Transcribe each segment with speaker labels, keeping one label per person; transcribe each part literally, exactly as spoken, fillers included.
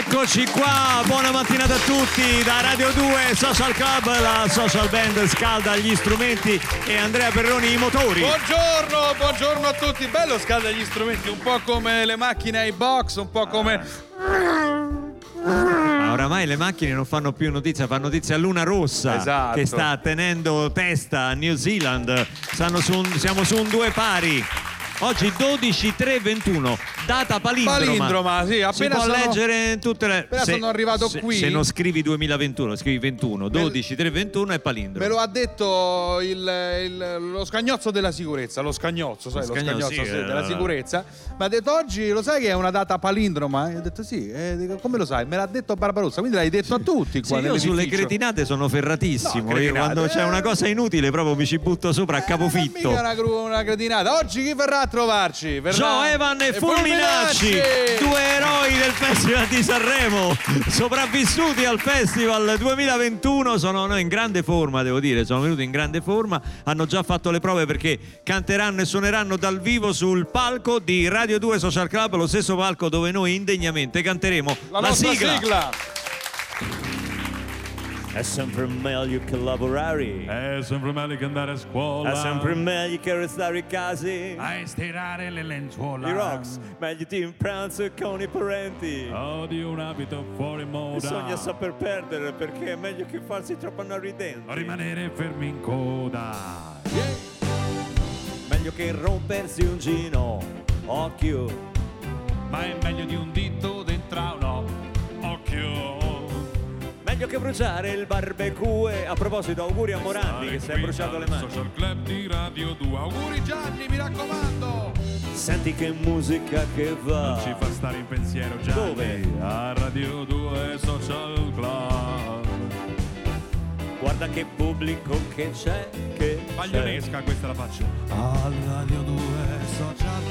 Speaker 1: Eccoci qua, buona mattinata a tutti da Radio due Social Club, la social band scalda gli strumenti e Andrea Perroni i motori.
Speaker 2: Buongiorno, buongiorno a tutti, bello scalda gli strumenti, un po' come le macchine ai box, un po' come...
Speaker 1: Ma oramai le macchine non fanno più notizia, fanno notizia a Luna Rossa,
Speaker 2: esatto,
Speaker 1: che sta tenendo testa a New Zealand. Stanno su un, siamo su un due pari. Oggi dodici tre ventuno, data palindroma.
Speaker 2: Palindroma, sì, appena
Speaker 1: si può
Speaker 2: sono,
Speaker 1: leggere tutte le...
Speaker 2: Appena
Speaker 1: se,
Speaker 2: sono arrivato
Speaker 1: se,
Speaker 2: qui...
Speaker 1: Se non scrivi duemilaventuno, scrivi ventuno, dodici tre ventuno è palindroma.
Speaker 2: Me lo ha detto il, il, lo scagnozzo della sicurezza, lo scagnozzo, sai, lo
Speaker 1: scagnozzo,
Speaker 2: scagnozzo
Speaker 1: sì,
Speaker 2: sì,
Speaker 1: eh,
Speaker 2: della sicurezza. Mi ha detto oggi, lo sai che è una data palindroma? E ho detto sì, e dico, come lo sai? Me l'ha detto Barbarossa, quindi l'hai detto a tutti qua
Speaker 1: sì, io sulle cretinate sono ferratissimo,
Speaker 2: no,
Speaker 1: io quando c'è una cosa inutile proprio mi ci butto sopra a capofitto.
Speaker 2: Eh, mica una, una cretinata. Oggi chi verrà a trovarci? Verrà...
Speaker 1: Joe Evan e, e Fulminacci,
Speaker 2: Fulminacci,
Speaker 1: due eroi del Festival di Sanremo, sopravvissuti al Festival duemilaventuno, sono in grande forma, devo dire, sono venuti in grande forma, hanno già fatto le prove perché canteranno e suoneranno dal vivo sul palco di Radio due Social Club, lo stesso palco dove noi indegnamente canteremo
Speaker 2: la,
Speaker 1: la sigla.
Speaker 2: sigla.
Speaker 3: È sempre meglio che lavorare,
Speaker 4: è sempre meglio che andare a scuola,
Speaker 3: è sempre meglio che restare a casa
Speaker 4: a stirare le lenzuola.
Speaker 3: I rocks, meglio di un pranzo con i parenti.
Speaker 4: Odio un abito fuori moda.
Speaker 3: Bisogna saper perdere perché è meglio che farsi troppo ridenti.
Speaker 4: Rimanere fermi in coda.
Speaker 3: Yeah. Meglio che rompersi un gino, occhio.
Speaker 4: Ma è meglio di un dito dentro uno occhio.
Speaker 3: Meglio che bruciare il barbecue. A proposito, auguri a Morandi che si è bruciato le mani.
Speaker 4: Social Club di Radio due.
Speaker 2: Auguri Gianni, mi raccomando.
Speaker 3: Senti che musica che va.
Speaker 4: Non ci fa stare in pensiero Gianni.
Speaker 3: Dove?
Speaker 4: A Radio due Social Club.
Speaker 3: Guarda che pubblico che c'è, che
Speaker 4: Paglionesca,
Speaker 3: c'è.
Speaker 4: questa la faccio. Al Radio due Social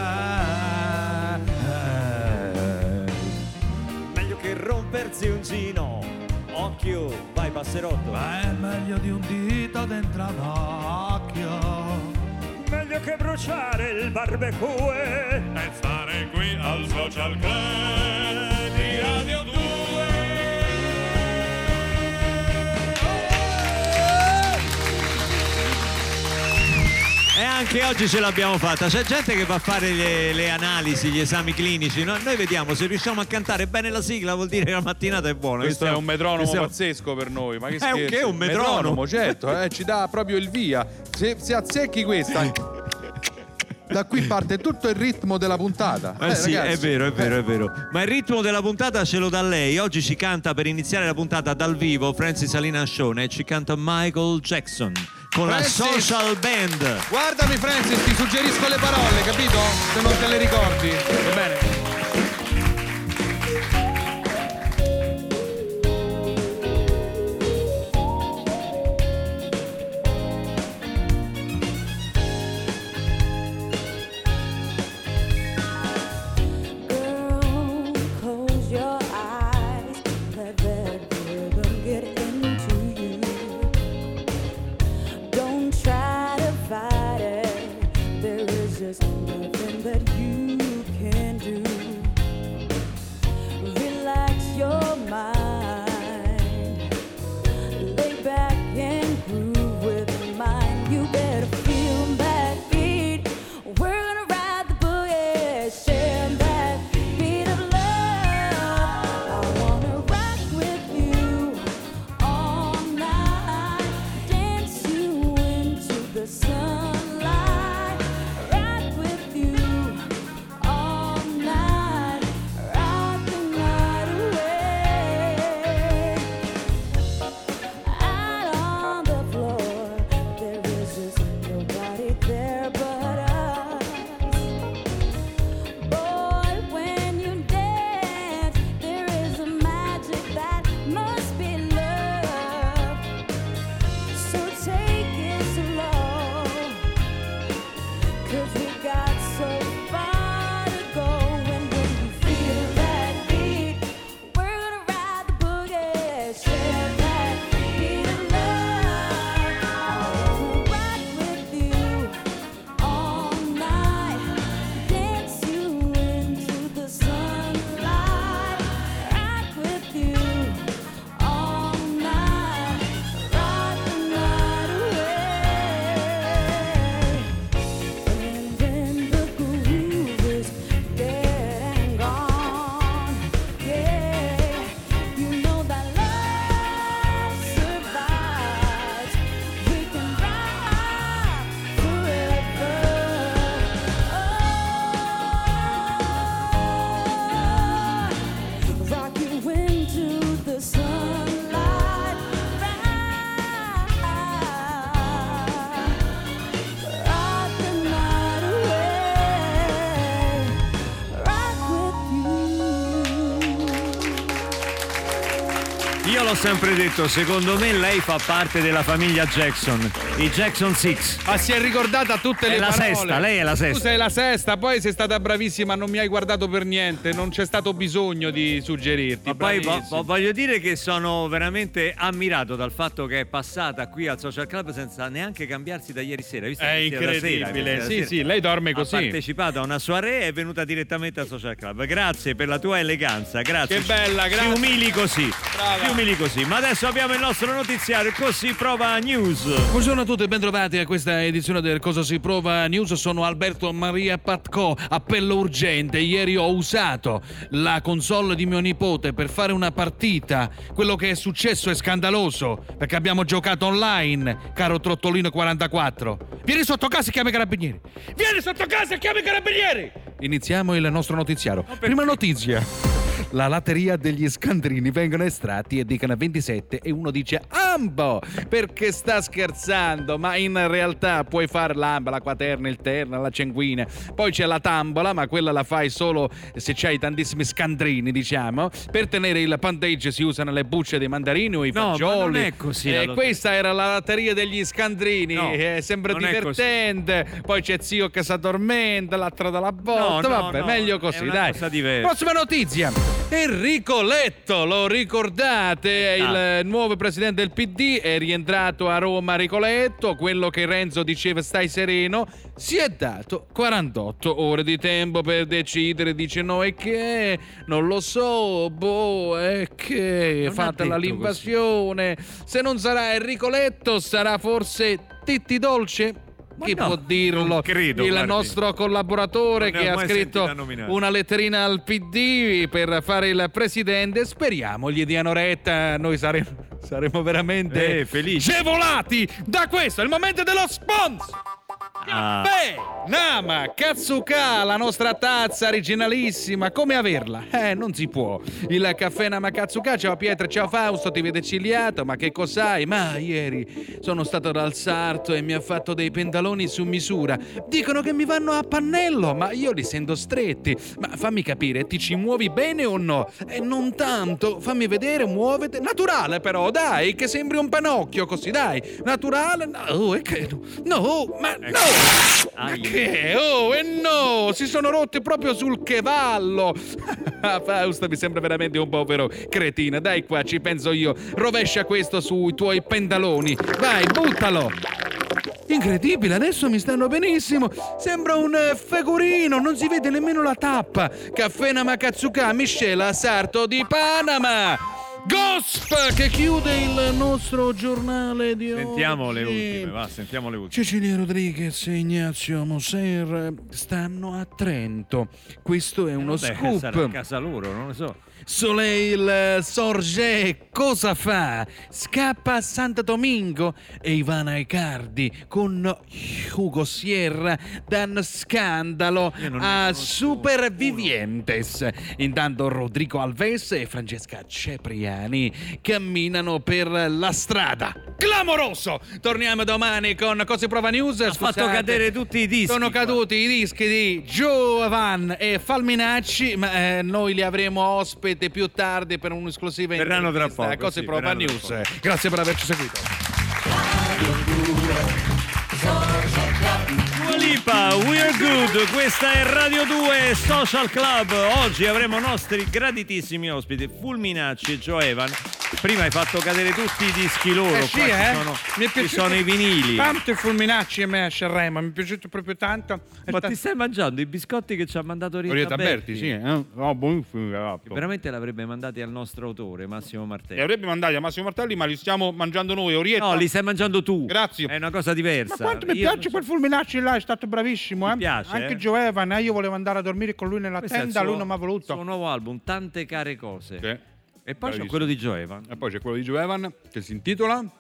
Speaker 4: Club.
Speaker 3: Meglio che rompersi un gino. Occhio, vai passerotto.
Speaker 4: Ma è meglio di un dito dentro un occhio.
Speaker 3: Meglio che bruciare il barbecue
Speaker 4: E stare qui al Social Club di Radio due.
Speaker 1: E anche oggi ce l'abbiamo fatta, c'è gente che va a fare le, le analisi, gli esami clinici, no? Noi vediamo se riusciamo a cantare bene la sigla, vuol dire che la mattinata è buona.
Speaker 2: Questo, questo è un metronomo
Speaker 1: questo
Speaker 2: pazzesco per noi, ma che
Speaker 1: è
Speaker 2: scherzo.
Speaker 1: un, che è un metronomo,
Speaker 2: metronomo certo, eh, ci dà proprio il via. Se, se azzecchi questa, da qui parte tutto il ritmo della puntata.
Speaker 1: Eh,
Speaker 2: eh
Speaker 1: sì,
Speaker 2: ragazzi.
Speaker 1: è vero, è vero, è vero. Ma il ritmo della puntata ce lo dà lei. Oggi ci canta per iniziare la puntata dal vivo Francis Alina Shone e ci canta Michael Jackson con
Speaker 2: Francis,
Speaker 1: la social band.
Speaker 2: Guardami Francis, ti suggerisco le parole, capito? Se non te le ricordi. Va bene.
Speaker 5: Just nothing that you can do.
Speaker 1: Io l'ho sempre detto, secondo me lei fa parte della famiglia Jackson, i Jackson Six.
Speaker 2: Ma si è ricordata tutte le
Speaker 1: È la
Speaker 2: parole.
Speaker 1: sesta, lei è la
Speaker 2: Tu
Speaker 1: sesta.
Speaker 2: sei la sesta, poi sei stata bravissima, non mi hai guardato per niente, non c'è stato bisogno di suggerirti.
Speaker 1: Ma poi vo-
Speaker 2: bravissima.
Speaker 1: vo- voglio dire che sono veramente ammirato dal fatto che è passata qui al Social Club senza neanche cambiarsi da ieri sera. Visto
Speaker 2: È
Speaker 1: che sia da sera,
Speaker 2: incredibile.
Speaker 1: che sia da
Speaker 2: Sì,
Speaker 1: sera.
Speaker 2: sì, lei dorme
Speaker 1: Ha
Speaker 2: così.
Speaker 1: partecipato a una soirée e è venuta direttamente al Social Club. Grazie per la tua eleganza, grazie.
Speaker 2: Che bella,
Speaker 1: Ci
Speaker 2: grazie.
Speaker 1: umili così.
Speaker 2: Brava.
Speaker 1: Ci umili così. Ma adesso abbiamo il nostro notiziario, Così Prova News.
Speaker 5: Buongiorno a tutti e bentrovati a questa edizione del Cosa si prova News. Sono Alberto Maria Patco. Appello urgente. Ieri ho usato la console di mio nipote per fare una partita. Quello che è successo è scandaloso perché abbiamo giocato online, caro Trottolino quarantaquattro. Vieni sotto casa e chiama i carabinieri. Vieni sotto casa e chiama i carabinieri. Iniziamo il nostro notiziario. Prima notizia. La latteria degli scandrini vengono estratti e dicono ventisette e uno dice ambo perché sta scherzando, ma in realtà puoi fare l'amba, la quaterna, il terna, la cinquina, poi c'è la tambola, ma quella la fai solo se c'hai tantissimi scandrini, diciamo. Per tenere il punteggio si usano le bucce dei mandarini o i
Speaker 1: No, ma
Speaker 5: fagioli.
Speaker 1: non è così la
Speaker 5: E
Speaker 1: lotteria.
Speaker 5: questa era la latteria degli scandrini.
Speaker 1: No,
Speaker 5: eh, sembra
Speaker 1: non è
Speaker 5: divertente. Poi c'è zio che si addormenta, l'altro dalla botta.
Speaker 1: No, no,
Speaker 5: Vabbè,
Speaker 1: no,
Speaker 5: meglio
Speaker 1: è
Speaker 5: così,
Speaker 1: una
Speaker 5: dai.
Speaker 1: cosa diversa.
Speaker 5: Prossima notizia. Enrico Letto, lo ricordate? È
Speaker 1: Ah.
Speaker 5: il nuovo presidente del P D, è rientrato a Roma Enrico Letto, quello che Renzo diceva stai sereno, si è dato quarantotto ore di tempo per decidere, dice no e che, non lo so, boh, è che,
Speaker 1: Non ha
Speaker 5: fatela
Speaker 1: detto
Speaker 5: l'invasione, se non sarà Enrico Letto sarà forse Titti Dolce?
Speaker 1: Ma
Speaker 5: Chi
Speaker 1: no,
Speaker 5: può dirlo?
Speaker 1: non credo,
Speaker 5: il
Speaker 1: guardi.
Speaker 5: nostro collaboratore
Speaker 1: Non ne
Speaker 5: che
Speaker 1: ho
Speaker 5: ha
Speaker 1: mai
Speaker 5: scritto
Speaker 1: sentita nominare.
Speaker 5: una letterina al P D per fare il presidente. Speriamo gli diano retta. Noi saremo, saremo veramente
Speaker 1: Eh, felici.
Speaker 5: gevolati da questo. È il momento dello sponsor.
Speaker 1: Ah.
Speaker 5: Beh, Nama, Katsuka, la nostra tazza originalissima, come averla? Eh, non si può. Il caffè Nama Katsuka, ciao Pietro, ciao Fausto, ti vede ciliato, ma che cos'hai? Ma ieri sono stato dal sarto e mi ha fatto dei pantaloni su misura. Dicono che mi vanno a pannello, ma io li sento stretti. Ma fammi capire, ti ci muovi bene o no? E non tanto, fammi vedere, muovete. Naturale però, dai, che sembri un panocchio così, dai. Naturale, no, è che no, ma no. Ma
Speaker 1: Ai.
Speaker 5: che? Oh, e no! Si sono rotti proprio sul cavallo! Fausto mi sembra veramente un povero cretino. Dai qua, ci penso io. Rovescia questo sui tuoi pantaloni. Vai, buttalo! Incredibile, adesso mi stanno benissimo. Sembra un eh, figurino, non si vede nemmeno la tappa. Caffè Namakatsuka, miscela sarto di Panama. Gosp che chiude il nostro giornale di
Speaker 1: Sentiamo
Speaker 5: oggi.
Speaker 1: le ultime, va, sentiamo le ultime.
Speaker 5: Cecilia Rodriguez e Ignazio Moser stanno a Trento. Questo è uno
Speaker 1: Vabbè,
Speaker 5: scoop.
Speaker 1: sarà a casa loro, non lo so.
Speaker 5: Soleil Sorge cosa fa? Scappa a Santo Domingo e Ivana Icardi con Hugo Sierra dan scandalo
Speaker 1: Io non ne
Speaker 5: a
Speaker 1: conosco
Speaker 5: Supervivientes. Intanto Rodrigo Alves e Francesca Cepriani camminano per la strada. Clamoroso! Torniamo domani con Cose Prova News.
Speaker 1: Ha fatto cadere tutti i dischi.
Speaker 5: Sono
Speaker 1: qua.
Speaker 5: caduti i dischi di Giovan e Falminacci, ma eh, noi li avremo ospiti più tardi per un'esclusiva
Speaker 1: Verranno tra
Speaker 5: intervista a
Speaker 1: poco,
Speaker 5: Cose
Speaker 1: sì,
Speaker 5: Prova
Speaker 1: verranno tra
Speaker 5: News.
Speaker 1: poco.
Speaker 5: Grazie per averci seguito.
Speaker 1: Dua Lipa, We're Good, questa è Radio due Social Club. Oggi avremo nostri graditissimi ospiti Fulminacci e Joe Evan. Prima hai fatto cadere tutti i dischi loro,
Speaker 6: Eh sì,
Speaker 1: qua
Speaker 6: eh.
Speaker 1: ci sono,
Speaker 6: Mi è
Speaker 1: ci
Speaker 6: piaciuto
Speaker 1: sono i vinili.
Speaker 6: tanto i Fulminacci e me a Sanremo, mi è piaciuto proprio tanto. È
Speaker 1: Ma
Speaker 6: sta-
Speaker 1: ti stai mangiando i biscotti che ci ha mandato Orietta,
Speaker 2: Orietta
Speaker 1: Berti?
Speaker 2: Berti, sì, eh? Oh, buonissimo, ragazzo.
Speaker 1: Veramente l'avrebbe mandati al nostro autore Massimo
Speaker 2: Li
Speaker 1: Martelli.
Speaker 2: avrebbe mandati a Massimo Martelli, ma li stiamo mangiando noi. Orietta.
Speaker 1: No, li stai mangiando tu.
Speaker 2: Grazie.
Speaker 1: È una cosa diversa.
Speaker 6: Ma quanto mi
Speaker 1: Io
Speaker 6: piace quel Fulminacci là, è stato bravissimo. Eh?
Speaker 1: Ti piace,
Speaker 6: Anche
Speaker 1: eh?
Speaker 6: Joe Evan, eh? Io volevo andare a dormire con lui nella
Speaker 1: Questo è il
Speaker 6: tenda,
Speaker 1: suo-
Speaker 6: lui non mi ha voluto.
Speaker 1: Il suo nuovo album, Tante care cose.
Speaker 2: Sì.
Speaker 1: E poi c'è
Speaker 2: Bravissimo.
Speaker 1: quello di Joe Evan.
Speaker 2: E poi c'è quello di Joe Evan che si intitola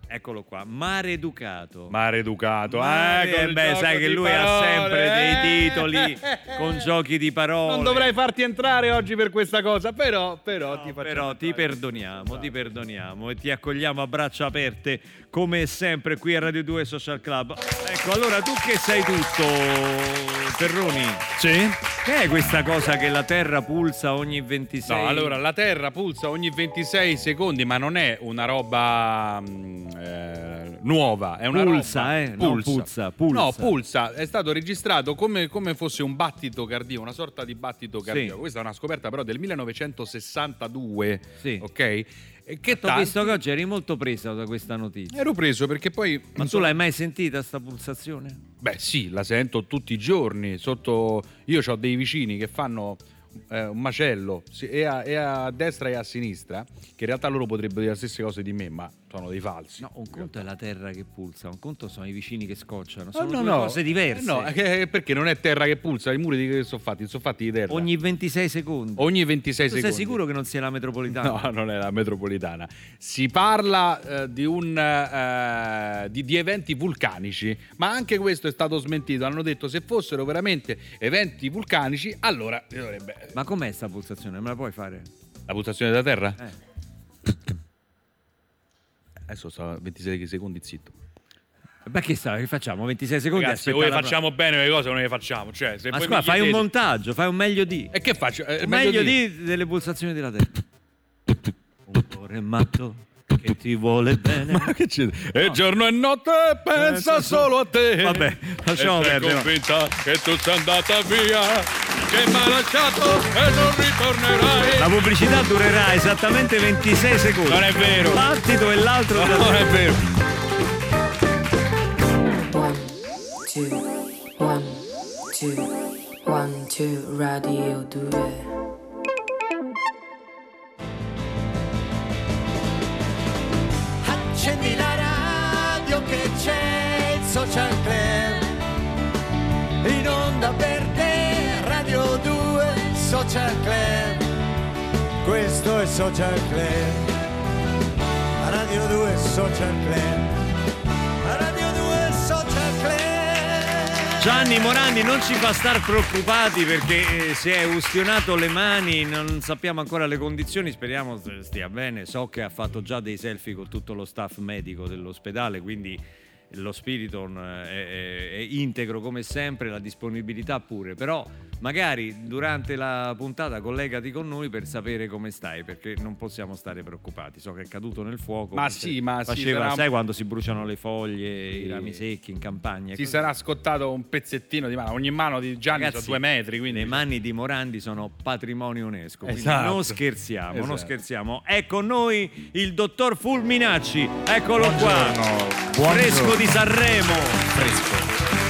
Speaker 1: Eccolo qua, Mareducato.
Speaker 5: Mareducato,
Speaker 1: Mare,
Speaker 5: eh,
Speaker 1: eh beh, sai che lui
Speaker 5: parole,
Speaker 1: ha sempre
Speaker 5: eh.
Speaker 1: dei titoli con giochi di parole.
Speaker 5: Non dovrei farti entrare oggi per questa cosa, però, però
Speaker 1: No,
Speaker 5: ti facciamo
Speaker 1: però ti
Speaker 5: entrare.
Speaker 1: perdoniamo, ti perdoniamo e ti accogliamo a braccia aperte come sempre qui a Radio due Social Club. Ecco, allora tu che sai tutto, Ferroni?
Speaker 5: Sì?
Speaker 1: Che è questa cosa che la Terra pulsa ogni ventisei?
Speaker 5: No, allora la Terra pulsa ogni ventisei secondi, ma non è una roba mh, eh, nuova, è una
Speaker 1: Pulsa,
Speaker 5: roba
Speaker 1: eh, no, pulsa, pulsa.
Speaker 5: No, pulsa, è stato registrato come, come fosse un battito cardiaco, una sorta di battito cardiaco.
Speaker 1: Sì.
Speaker 5: Questa è una scoperta però del millenovecentosessantadue,
Speaker 1: Sì.
Speaker 5: ok? E che
Speaker 1: Ho
Speaker 5: tanti-
Speaker 1: visto che oggi eri molto preso da questa notizia.
Speaker 5: Ero preso perché poi
Speaker 1: Ma tu l'hai mai sentita sta pulsazione?
Speaker 5: Beh sì, la sento tutti i giorni. Sotto io ho dei vicini che fanno eh, un macello sì, e, a, e a destra e a sinistra, che in realtà loro potrebbero dire le stesse cose di me, ma sono dei falsi.
Speaker 1: No, un conto è la terra che pulsa, un conto sono i vicini che scocciano.
Speaker 5: Ah,
Speaker 1: Sono
Speaker 5: no,
Speaker 1: due
Speaker 5: no.
Speaker 1: cose diverse.
Speaker 5: Eh, No, eh, perché non è terra che pulsa, i muri di che sono fatti? Sono fatti di terra.
Speaker 1: Ogni ventisei secondi.
Speaker 5: Ogni ventisei
Speaker 1: tu
Speaker 5: secondi.
Speaker 1: sei sicuro che non sia la metropolitana?
Speaker 5: No, non è la metropolitana. Si parla eh, di, un, eh, di, di eventi vulcanici, ma anche questo è stato smentito. Hanno detto se fossero veramente eventi vulcanici, allora dovrebbe...
Speaker 1: Ma com'è sta pulsazione? Me la puoi fare?
Speaker 5: La pulsazione della terra?
Speaker 1: Eh.
Speaker 5: Adesso sta ventisei secondi zitto.
Speaker 1: Beh, che sta? Che facciamo? ventisei secondi?
Speaker 5: Ragazzi,
Speaker 1: aspetta
Speaker 5: voi
Speaker 1: la-
Speaker 5: facciamo bene le cose o non le facciamo? Cioè, se
Speaker 1: Ma
Speaker 5: voi
Speaker 1: scusa,
Speaker 5: mi
Speaker 1: fai un
Speaker 5: chiedete-
Speaker 1: montaggio, fai un meglio di.
Speaker 5: E che faccio? Eh,
Speaker 1: Un meglio di delle pulsazioni della terra. Un cuore matto che ti vuole bene.
Speaker 5: Ma che c'è? E giorno e notte pensa
Speaker 1: Eh,
Speaker 5: solo a te.
Speaker 1: Vabbè, lasciamo
Speaker 5: e sei
Speaker 1: perdere.
Speaker 5: convinta che tu sei andata via, che mi hai lasciato e non ritornerai.
Speaker 1: La pubblicità durerà esattamente ventisei secondi.
Speaker 5: Non è vero.
Speaker 1: Un battito e l'altro.
Speaker 5: No, non è vero.
Speaker 7: One, two, one, two, one, two, Radio due.
Speaker 8: Accendi la radio che c'è il Social Club, in onda per te, Radio due Social Club, questo è Social Club, Radio due Social Club, Radio due Social Club.
Speaker 1: Gianni Morandi non ci fa star preoccupati perché eh, si è ustionato le mani, non sappiamo ancora le condizioni, speriamo stia bene. So che ha fatto già dei selfie con tutto lo staff medico dell'ospedale, quindi lo spirito è, è, è integro come sempre, la disponibilità pure, però magari durante la puntata collegati con noi per sapere come stai, perché non possiamo stare preoccupati. So che è caduto nel fuoco.
Speaker 5: Ma
Speaker 1: mentre
Speaker 5: sì, ma sì,
Speaker 1: faceva,
Speaker 5: sarà-
Speaker 1: sai quando si bruciano le foglie,
Speaker 5: Sì.
Speaker 1: i rami secchi in campagna.
Speaker 5: Si
Speaker 1: così.
Speaker 5: sarà scottato un pezzettino di mano. Ogni mano di Gianni
Speaker 1: Ragazzi,
Speaker 5: ha due metri, quindi
Speaker 1: le mani di Morandi sono patrimonio UNESCO, quindi
Speaker 5: Esatto.
Speaker 1: non scherziamo, non
Speaker 5: Esatto.
Speaker 1: scherziamo. È con noi il dottor Fulminacci, eccolo qua,
Speaker 9: Buongiorno.
Speaker 1: fresco di Sanremo,
Speaker 9: Fresco.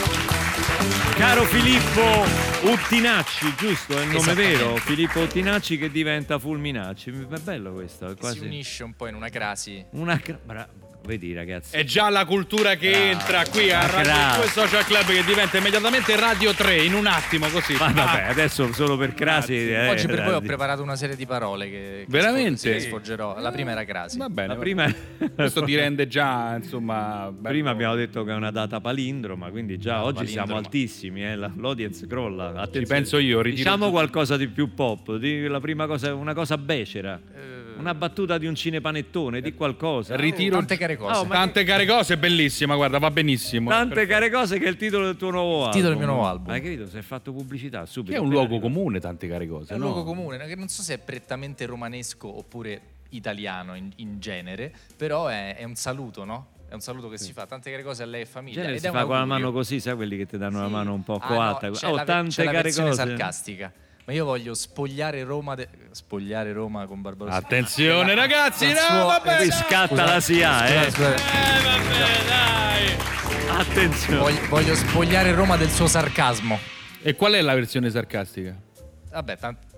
Speaker 1: caro Filippo Uttinacci, giusto? È il nome
Speaker 9: Esattamente.
Speaker 1: vero? Filippo Uttinacci che diventa Fulminacci, è bello questo, è
Speaker 9: Si
Speaker 1: quasi
Speaker 9: unisce un po' in una crasi.
Speaker 1: una... cra- bra- Vedi ragazzi.
Speaker 5: è già la cultura che
Speaker 1: Bravo.
Speaker 5: entra qui a Radio
Speaker 1: Bravo.
Speaker 5: due Social Club, che diventa immediatamente Radio tre in un attimo così.
Speaker 1: Ma vabbè, adesso solo per crasi... eh,
Speaker 9: Oggi per voi ho
Speaker 1: dai.
Speaker 9: preparato una serie di parole che, che
Speaker 5: Veramente?
Speaker 9: sfog- che sfoggerò. La prima era crasi.
Speaker 5: Va bene,
Speaker 1: La
Speaker 5: va
Speaker 1: prima...
Speaker 5: bene. Questo ti rende già, insomma, bello.
Speaker 1: Prima abbiamo detto che è una data palindroma, quindi già oggi
Speaker 9: palindroma.
Speaker 1: siamo altissimi, eh, la- l'audience crolla. Attenzione.
Speaker 5: Ci penso io, ritiro
Speaker 1: Diciamo
Speaker 5: tutto.
Speaker 1: qualcosa di più pop, di la prima cosa, una cosa becera,
Speaker 9: Eh,
Speaker 1: una battuta di un cinepanettone, di qualcosa.
Speaker 5: Ritiro
Speaker 9: tante care cose.
Speaker 1: Oh, ma-
Speaker 5: tante care cose, bellissima, guarda, va benissimo.
Speaker 1: Tante care cose che è il titolo del tuo nuovo album.
Speaker 9: titolo del mio nuovo album.
Speaker 1: Hai capito? Si è fatto pubblicità subito.
Speaker 5: Che è un luogo comune, tante care cose.
Speaker 9: È un
Speaker 5: no?
Speaker 9: luogo comune, che non so se è prettamente romanesco oppure italiano in, in genere, però è, è un saluto, no? È un saluto che si fa, tante care cose a lei e
Speaker 1: In
Speaker 9: famiglia.
Speaker 1: genere
Speaker 9: ed
Speaker 1: si
Speaker 9: è un
Speaker 1: fa con la
Speaker 9: augurio.
Speaker 1: mano così, sai quelli che ti danno la
Speaker 9: Sì.
Speaker 1: mano un po'
Speaker 9: Ah,
Speaker 1: coatta.
Speaker 9: no, c'è
Speaker 1: oh,
Speaker 9: la,
Speaker 1: tante
Speaker 9: c'è la
Speaker 1: care
Speaker 9: versione
Speaker 1: cose.
Speaker 9: sarcastica. Ma io voglio spogliare Roma, de- spogliare Roma con Barbarossa.
Speaker 5: Attenzione ragazzi,
Speaker 9: Il
Speaker 5: no,
Speaker 9: suo-
Speaker 5: vabbè,
Speaker 1: Qui
Speaker 5: dai.
Speaker 1: scatta la S I A, eh.
Speaker 9: Scusate, scusate.
Speaker 5: Eh, vabbè, dai.
Speaker 1: Attenzione.
Speaker 9: Voglio, voglio spogliare Roma del suo sarcasmo.
Speaker 5: E qual è la versione sarcastica?
Speaker 9: Vabbè, tan-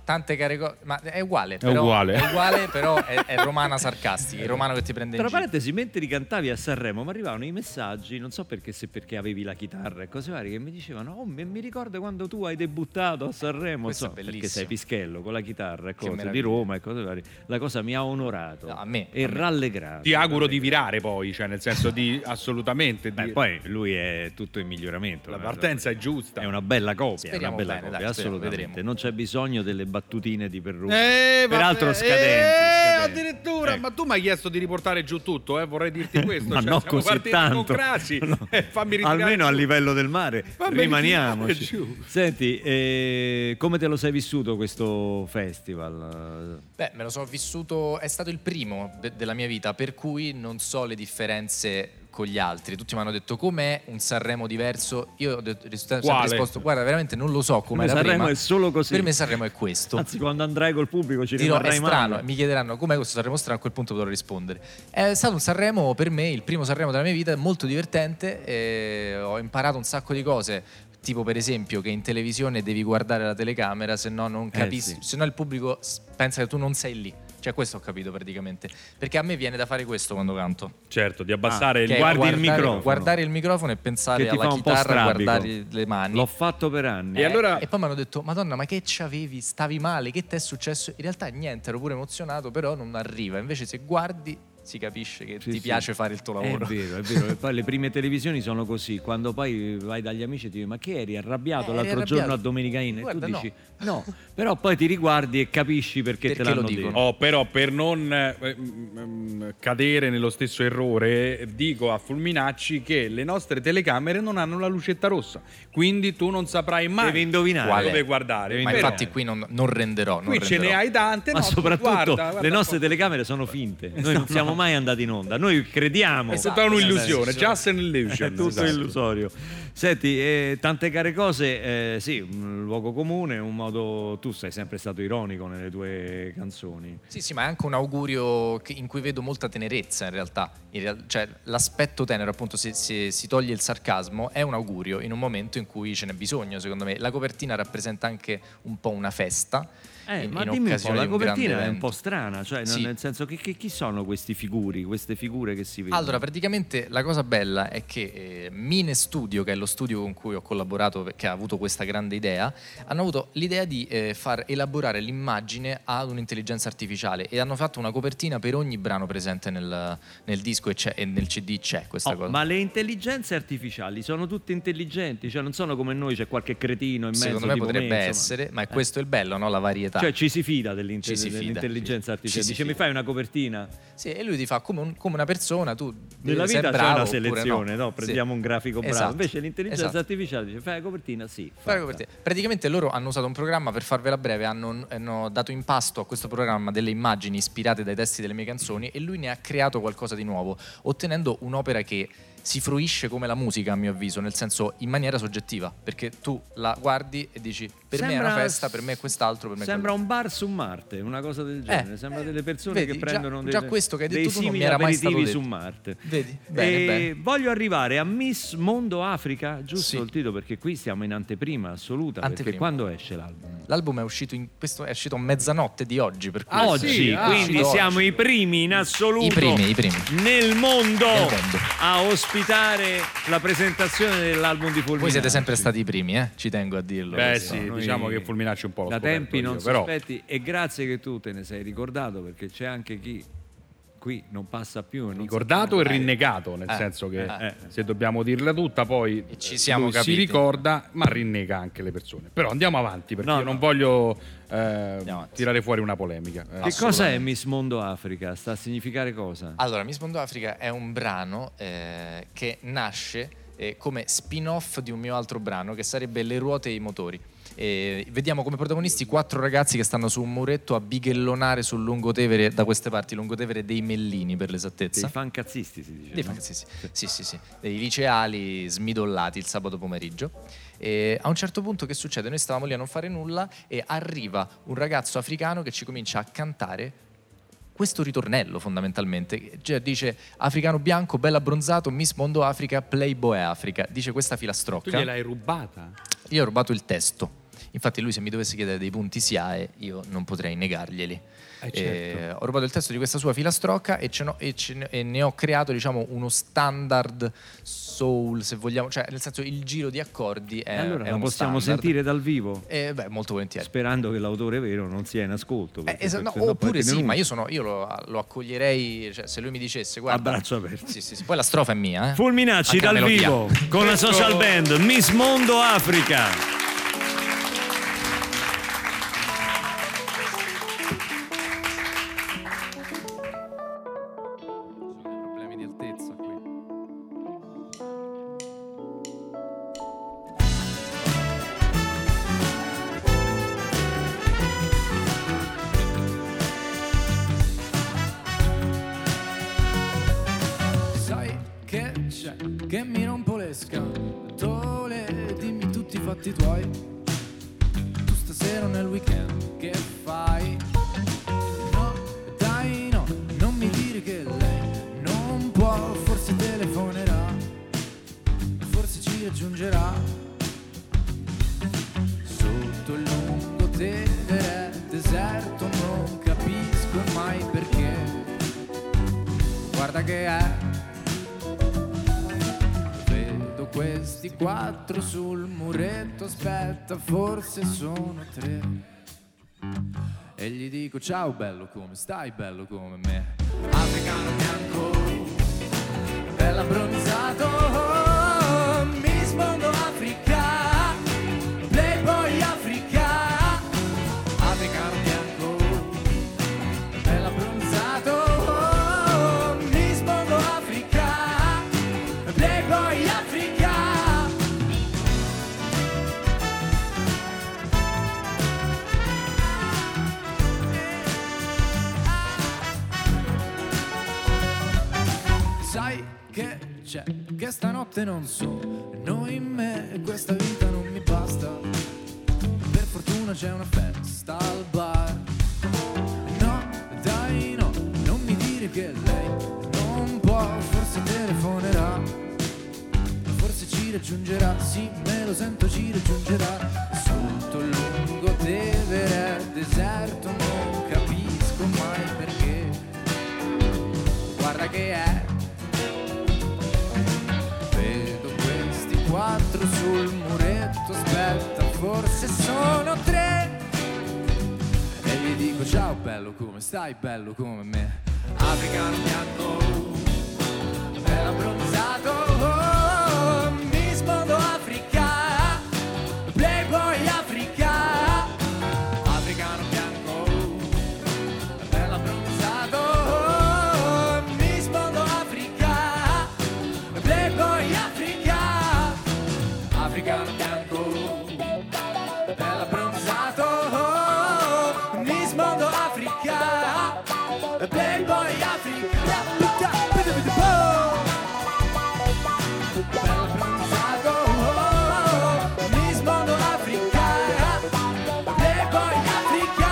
Speaker 9: tante care cose, ma è uguale, però,
Speaker 5: uguale.
Speaker 9: è uguale, però è, è romana sarcastica, il romano che ti prende in
Speaker 1: Tra
Speaker 9: giro.
Speaker 1: parentesi, mentre cantavi a Sanremo mi arrivavano i messaggi, non so perché, se perché avevi la chitarra e cose varie, che mi dicevano: oh, mi, mi ricordo quando tu hai debuttato a Sanremo.
Speaker 9: Questo
Speaker 1: so,
Speaker 9: è bellissimo.
Speaker 1: perché sei Pischello con la chitarra e
Speaker 9: Che
Speaker 1: cose di
Speaker 9: meraviglia.
Speaker 1: Roma e cose varie. La cosa mi ha onorato
Speaker 9: No, a me,
Speaker 1: e
Speaker 9: a me.
Speaker 1: rallegrato.
Speaker 5: Ti auguro di
Speaker 1: rallegrato.
Speaker 5: virare poi, cioè nel senso di assolutamente.
Speaker 1: Beh,
Speaker 5: di-
Speaker 1: poi lui è tutto in miglioramento.
Speaker 5: la
Speaker 1: guarda.
Speaker 5: partenza è giusta.
Speaker 1: È una bella copia, è una
Speaker 9: Speriamo
Speaker 1: bella
Speaker 9: bene,
Speaker 1: copia,
Speaker 9: dai, speriamo,
Speaker 1: assolutamente.
Speaker 9: vedremo.
Speaker 1: Non c'è bisogno delle battutine di Perrucco.
Speaker 5: Eh,
Speaker 1: Peraltro
Speaker 5: vabbè,
Speaker 1: scadenti,
Speaker 5: eh,
Speaker 1: scadenti.
Speaker 5: addirittura,
Speaker 1: Ecco.
Speaker 5: ma tu mi hai chiesto di riportare giù tutto, eh, vorrei dirti questo.
Speaker 1: Ma
Speaker 5: cioè,
Speaker 1: no,
Speaker 5: siamo
Speaker 1: così
Speaker 5: partiti
Speaker 1: tanto.
Speaker 5: con Craci,
Speaker 1: No.
Speaker 5: eh, fammi ritirare
Speaker 1: Almeno
Speaker 5: giù.
Speaker 1: a livello del mare,
Speaker 5: Fammi
Speaker 1: rimaniamoci.
Speaker 5: ritirare giù.
Speaker 1: Senti, eh, come te lo sei vissuto questo festival?
Speaker 9: Beh, me lo sono vissuto, è stato il primo de- della mia vita, per cui non so le differenze con gli altri. Tutti mi hanno detto com'è un Sanremo diverso. Io ho detto- ho sempre
Speaker 5: Quale?
Speaker 9: risposto: guarda, veramente non lo so come
Speaker 1: Per me
Speaker 9: era
Speaker 1: Sanremo
Speaker 9: prima.
Speaker 1: è solo così.
Speaker 9: Per me Sanremo è questo.
Speaker 1: Anzi, quando andrai col pubblico ci
Speaker 9: Dirò, è
Speaker 1: rimarrai
Speaker 9: strano,
Speaker 1: male.
Speaker 9: mi chiederanno com'è questo Sanremo strano, a quel punto potrò rispondere. È stato un Sanremo per me, il primo Sanremo della mia vita, molto divertente, e ho imparato un sacco di cose, tipo per esempio che in televisione devi guardare la telecamera, se no non capisci,
Speaker 1: sì.
Speaker 9: se no il pubblico s- pensa che tu non sei lì. Cioè questo ho capito praticamente, perché a me viene da fare questo quando canto.
Speaker 5: Certo, di abbassare
Speaker 9: Che
Speaker 5: il
Speaker 9: è
Speaker 1: guardi il
Speaker 9: guardare,
Speaker 1: microfono.
Speaker 9: guardare il microfono e pensare
Speaker 1: Che ti
Speaker 9: alla
Speaker 1: fa un po'
Speaker 9: chitarra,
Speaker 1: strabico.
Speaker 9: guardare le mani.
Speaker 1: L'ho fatto per anni.
Speaker 5: E allora-
Speaker 9: E poi mi hanno detto: Madonna, ma che c'avevi? Stavi male? Che ti è successo? In realtà niente, ero pure emozionato, però non arriva. Invece se guardi si capisce che
Speaker 1: Sì,
Speaker 9: ti
Speaker 1: sì.
Speaker 9: piace fare il tuo lavoro.
Speaker 1: È vero, è vero. E poi le prime televisioni sono così. Quando poi vai dagli amici e ti dici: ma che eri arrabbiato
Speaker 9: Eh,
Speaker 1: l'altro
Speaker 9: eri
Speaker 1: giorno
Speaker 9: arrabbiato.
Speaker 1: a Domenica Inn? E tu
Speaker 9: Guarda,
Speaker 1: dici no. Però poi ti riguardi e capisci perché,
Speaker 9: Perché
Speaker 1: te l'hanno
Speaker 9: lo dicono.
Speaker 1: detto.
Speaker 5: Oh, però per non eh, mm, cadere nello stesso errore, dico a Fulminacci che le nostre telecamere non hanno la lucetta rossa, quindi tu non saprai mai
Speaker 1: Devi indovinare.
Speaker 9: Qual è?
Speaker 5: dove guardare.
Speaker 1: Devi
Speaker 9: Ma
Speaker 1: Però-
Speaker 9: infatti qui non, non renderò. Non
Speaker 5: Qui ce ne
Speaker 9: renderò.
Speaker 5: hai tante,
Speaker 1: Ma
Speaker 5: no, tu
Speaker 1: soprattutto
Speaker 5: guarda, guarda
Speaker 1: le
Speaker 5: un
Speaker 1: nostre
Speaker 5: po'.
Speaker 1: telecamere sono finte. Noi non siamo mai andati in onda. Noi crediamo.
Speaker 5: È
Speaker 9: Esatto,
Speaker 5: tutta un'illusione,
Speaker 9: esatto.
Speaker 5: just an illusion.
Speaker 1: È tutto
Speaker 5: esatto.
Speaker 1: illusorio. Senti, eh, tante care cose, eh, sì, un luogo comune, un modo. Tu sei sempre stato ironico nelle tue canzoni.
Speaker 9: Sì, sì, ma è anche un augurio che- in cui vedo molta tenerezza in realtà. In real- cioè, l'aspetto tenero, appunto, se, se si toglie il sarcasmo, è un augurio in un momento in cui ce n'è bisogno, secondo me. La copertina rappresenta anche un po' una festa.
Speaker 1: Eh,
Speaker 9: in,
Speaker 1: ma
Speaker 9: in
Speaker 1: dimmi un po',
Speaker 9: occasione
Speaker 1: la
Speaker 9: di un grande
Speaker 1: copertina è un
Speaker 9: evento.
Speaker 1: po' strana, cioè
Speaker 9: Sì.
Speaker 1: nel senso che, che chi sono questi figuri, queste figure che si vedono?
Speaker 9: Allora, praticamente la cosa bella è che eh, Mine Studio, che è lo studio con cui ho collaborato, che ha avuto questa grande idea, hanno avuto l'idea di eh, far elaborare l'immagine ad un'intelligenza artificiale e hanno fatto una copertina per ogni brano presente nel, nel disco e, c'è, e nel C D c'è questa
Speaker 1: Oh,
Speaker 9: cosa.
Speaker 1: ma le intelligenze artificiali sono tutte intelligenti, cioè non sono come noi, c'è qualche cretino in mezzo.
Speaker 9: Secondo me
Speaker 1: tipo
Speaker 9: potrebbe
Speaker 1: me, insomma.
Speaker 9: essere, ma è
Speaker 1: Eh.
Speaker 9: questo il bello, no? La varietà.
Speaker 1: Cioè ci si fida dell'inte-
Speaker 9: Ci si fida,
Speaker 1: dell'intelligenza
Speaker 9: ci-
Speaker 1: artificiale.
Speaker 9: ci si
Speaker 1: Dice mi
Speaker 9: fida.
Speaker 1: fai una copertina?
Speaker 9: Sì, e lui ti fa come, un- come una persona, tu
Speaker 1: Nella
Speaker 9: sei
Speaker 1: vita c'è
Speaker 9: bravo
Speaker 1: una
Speaker 9: oppure
Speaker 1: selezione, no?
Speaker 9: no?
Speaker 1: Prendiamo
Speaker 9: Sì.
Speaker 1: un grafico bravo.
Speaker 9: Esatto.
Speaker 1: Invece l'intelligenza
Speaker 9: Esatto.
Speaker 1: artificiale dice fai la copertina? Sì.
Speaker 9: Fare
Speaker 1: fatta.
Speaker 9: copertina. Praticamente loro hanno usato un programma, per farvela breve, hanno, hanno dato in pasto a questo programma delle immagini ispirate dai testi delle mie canzoni e lui ne ha creato qualcosa di nuovo, ottenendo un'opera che si fruisce come la musica, a mio avviso, nel senso in maniera soggettiva, perché tu la guardi e dici per me è
Speaker 1: Sembra-
Speaker 9: una festa, per me è quest'altro, per me è
Speaker 1: Sembra
Speaker 9: quello.
Speaker 1: un bar su Marte, una cosa del genere.
Speaker 9: Eh,
Speaker 1: Sembra delle persone
Speaker 9: vedi,
Speaker 1: che
Speaker 9: già-
Speaker 1: prendono
Speaker 9: già
Speaker 1: dei,
Speaker 9: questo che hai
Speaker 1: dei
Speaker 9: detto tu non
Speaker 1: simili
Speaker 9: mi era mai stato
Speaker 1: aperitivi
Speaker 9: detto.
Speaker 1: su Marte.
Speaker 9: Vedi? Bene,
Speaker 1: E
Speaker 9: bene.
Speaker 1: voglio arrivare a Miss Mondo Africa, giusto
Speaker 9: Sì.
Speaker 1: il titolo, perché qui stiamo in anteprima assoluta. Perché
Speaker 9: Anteprima.
Speaker 1: quando esce l'album?
Speaker 9: L'album è uscito, in, questo è uscito a mezzanotte di oggi, per cui
Speaker 5: Ah,
Speaker 1: Oggi,
Speaker 5: sì, ah,
Speaker 1: quindi
Speaker 9: uscito
Speaker 1: siamo
Speaker 9: oggi.
Speaker 1: i primi in assoluto
Speaker 9: I primi, i primi.
Speaker 1: nel mondo,
Speaker 9: Nel mondo.
Speaker 1: a ospitare la presentazione dell'album di Fulminacci.
Speaker 9: Voi siete sempre stati i primi, eh? Ci tengo a dirlo.
Speaker 5: Beh
Speaker 9: questo.
Speaker 5: sì,
Speaker 1: Noi-
Speaker 5: diciamo che Fulminacci un po' l'ho
Speaker 1: da
Speaker 5: scoperto
Speaker 1: tempi
Speaker 5: io,
Speaker 1: non
Speaker 5: però.
Speaker 1: sospetti, e grazie che tu te ne sei ricordato, perché c'è anche chi qui non passa più e non
Speaker 5: Ricordato e
Speaker 1: sa più.
Speaker 5: rinnegato, nel
Speaker 9: Eh,
Speaker 5: senso che
Speaker 9: eh.
Speaker 5: se dobbiamo dirla tutta poi
Speaker 9: E ci siamo
Speaker 5: lui si
Speaker 9: capiti.
Speaker 5: ricorda ma rinnega anche le persone. Però andiamo avanti perché
Speaker 1: No,
Speaker 5: io
Speaker 1: no.
Speaker 5: non voglio eh,
Speaker 9: avanti.
Speaker 5: tirare fuori una polemica. Eh,
Speaker 1: Che cosa è
Speaker 9: Assolutamente.
Speaker 1: Miss Mondo Africa? Sta a significare cosa?
Speaker 9: Allora, Miss Mondo Africa è un brano eh, che nasce eh, come spin-off di un mio altro brano che sarebbe Le ruote e i motori. E vediamo come protagonisti quattro ragazzi che stanno su un muretto a bighellonare sul lungotevere, da queste parti, lungotevere dei Mellini per l'esattezza.
Speaker 1: Dei fancazzisti si dice.
Speaker 9: Dei
Speaker 1: no?
Speaker 9: fan- sì, sì. Sì, sì, sì. Dei liceali smidollati il sabato pomeriggio. E a un certo punto che succede? Noi stavamo lì a non fare nulla e arriva un ragazzo africano che ci comincia a cantare questo ritornello fondamentalmente. Cioè, dice africano bianco, bello abbronzato, Miss Mondo Africa, Playboy Africa. Dice questa
Speaker 5: tu
Speaker 9: filastrocca.
Speaker 5: gliel'hai rubata?
Speaker 9: Io ho rubato il testo. Infatti lui, se mi dovesse chiedere dei punti S I A E, io non potrei negarglieli.
Speaker 5: Eh, certo.
Speaker 9: Eh, ho rubato il testo di questa sua filastrocca e, ce n'ho- e ce ne- e ne ho creato, diciamo, uno standard soul, se vogliamo, cioè nel senso il giro di accordi è,
Speaker 1: allora
Speaker 9: è
Speaker 1: la
Speaker 9: uno
Speaker 1: possiamo
Speaker 9: standard.
Speaker 1: sentire dal vivo?
Speaker 9: Eh, beh, molto volentieri.
Speaker 1: Sperando che l'autore vero non sia in ascolto.
Speaker 9: Eh,
Speaker 1: perché
Speaker 9: esa- no,
Speaker 1: se no poi
Speaker 9: oppure
Speaker 1: te ne
Speaker 9: sì,
Speaker 1: uno.
Speaker 9: ma io, sono, io lo, lo accoglierei, cioè, se lui mi dicesse guarda,
Speaker 1: A braccio aperto.
Speaker 9: Sì, sì, sì. Poi la strofa è mia, eh.
Speaker 1: Fulminacci
Speaker 9: Anche la
Speaker 1: dal
Speaker 9: melodia.
Speaker 1: vivo con la social band Miss Mondo Africa.
Speaker 9: Problemi di altezza qui.
Speaker 10: Sai che c'è, che mi rompo le scatole, dimmi tutti i fatti tuoi. Tu stasera nel weekend che fai? No, dai no, non mi dire che lei non può, forse telefonerà, forse ci raggiungerà. Sotto il lungotevere deserto non capisco mai perché. Guarda che è, vedo questi quattro sul muretto, aspetta, forse sono tre. E gli dico ciao bello, come stai bello come me? Africano bianco, bello abbronzato, Miss Mondo Africa, Playboy Africa. Africano bianco, bello abbronzato, Miss Mondo Africa, Playboy Africa. Sai che c'è, che stanotte non sono in me e questa vita non mi basta. Per fortuna c'è una festa al bar. No, dai no, non mi dire che lei non può, forse telefonerà, forse ci raggiungerà, sì, me lo sento, ci raggiungerà. Sotto il lungotevere deserto non capisco mai perché. Guarda che è, vedo questi quattro sul muretto, aspetta, forse sono tre. E gli dico ciao bello, come stai bello come me? Africano bianco, bello abbronzato, oh, Miss Mondo Africa, Playboy Africa. Africano bianco, bello abbronzato, oh, Miss Mondo Africa, Playboy Africa. Africano bianco, bello abbronzato, oh, Miss Mondo Africa, Playboy Africa. Bello abbronzato, oh, Miss Mondo Africa, Playboy Africa.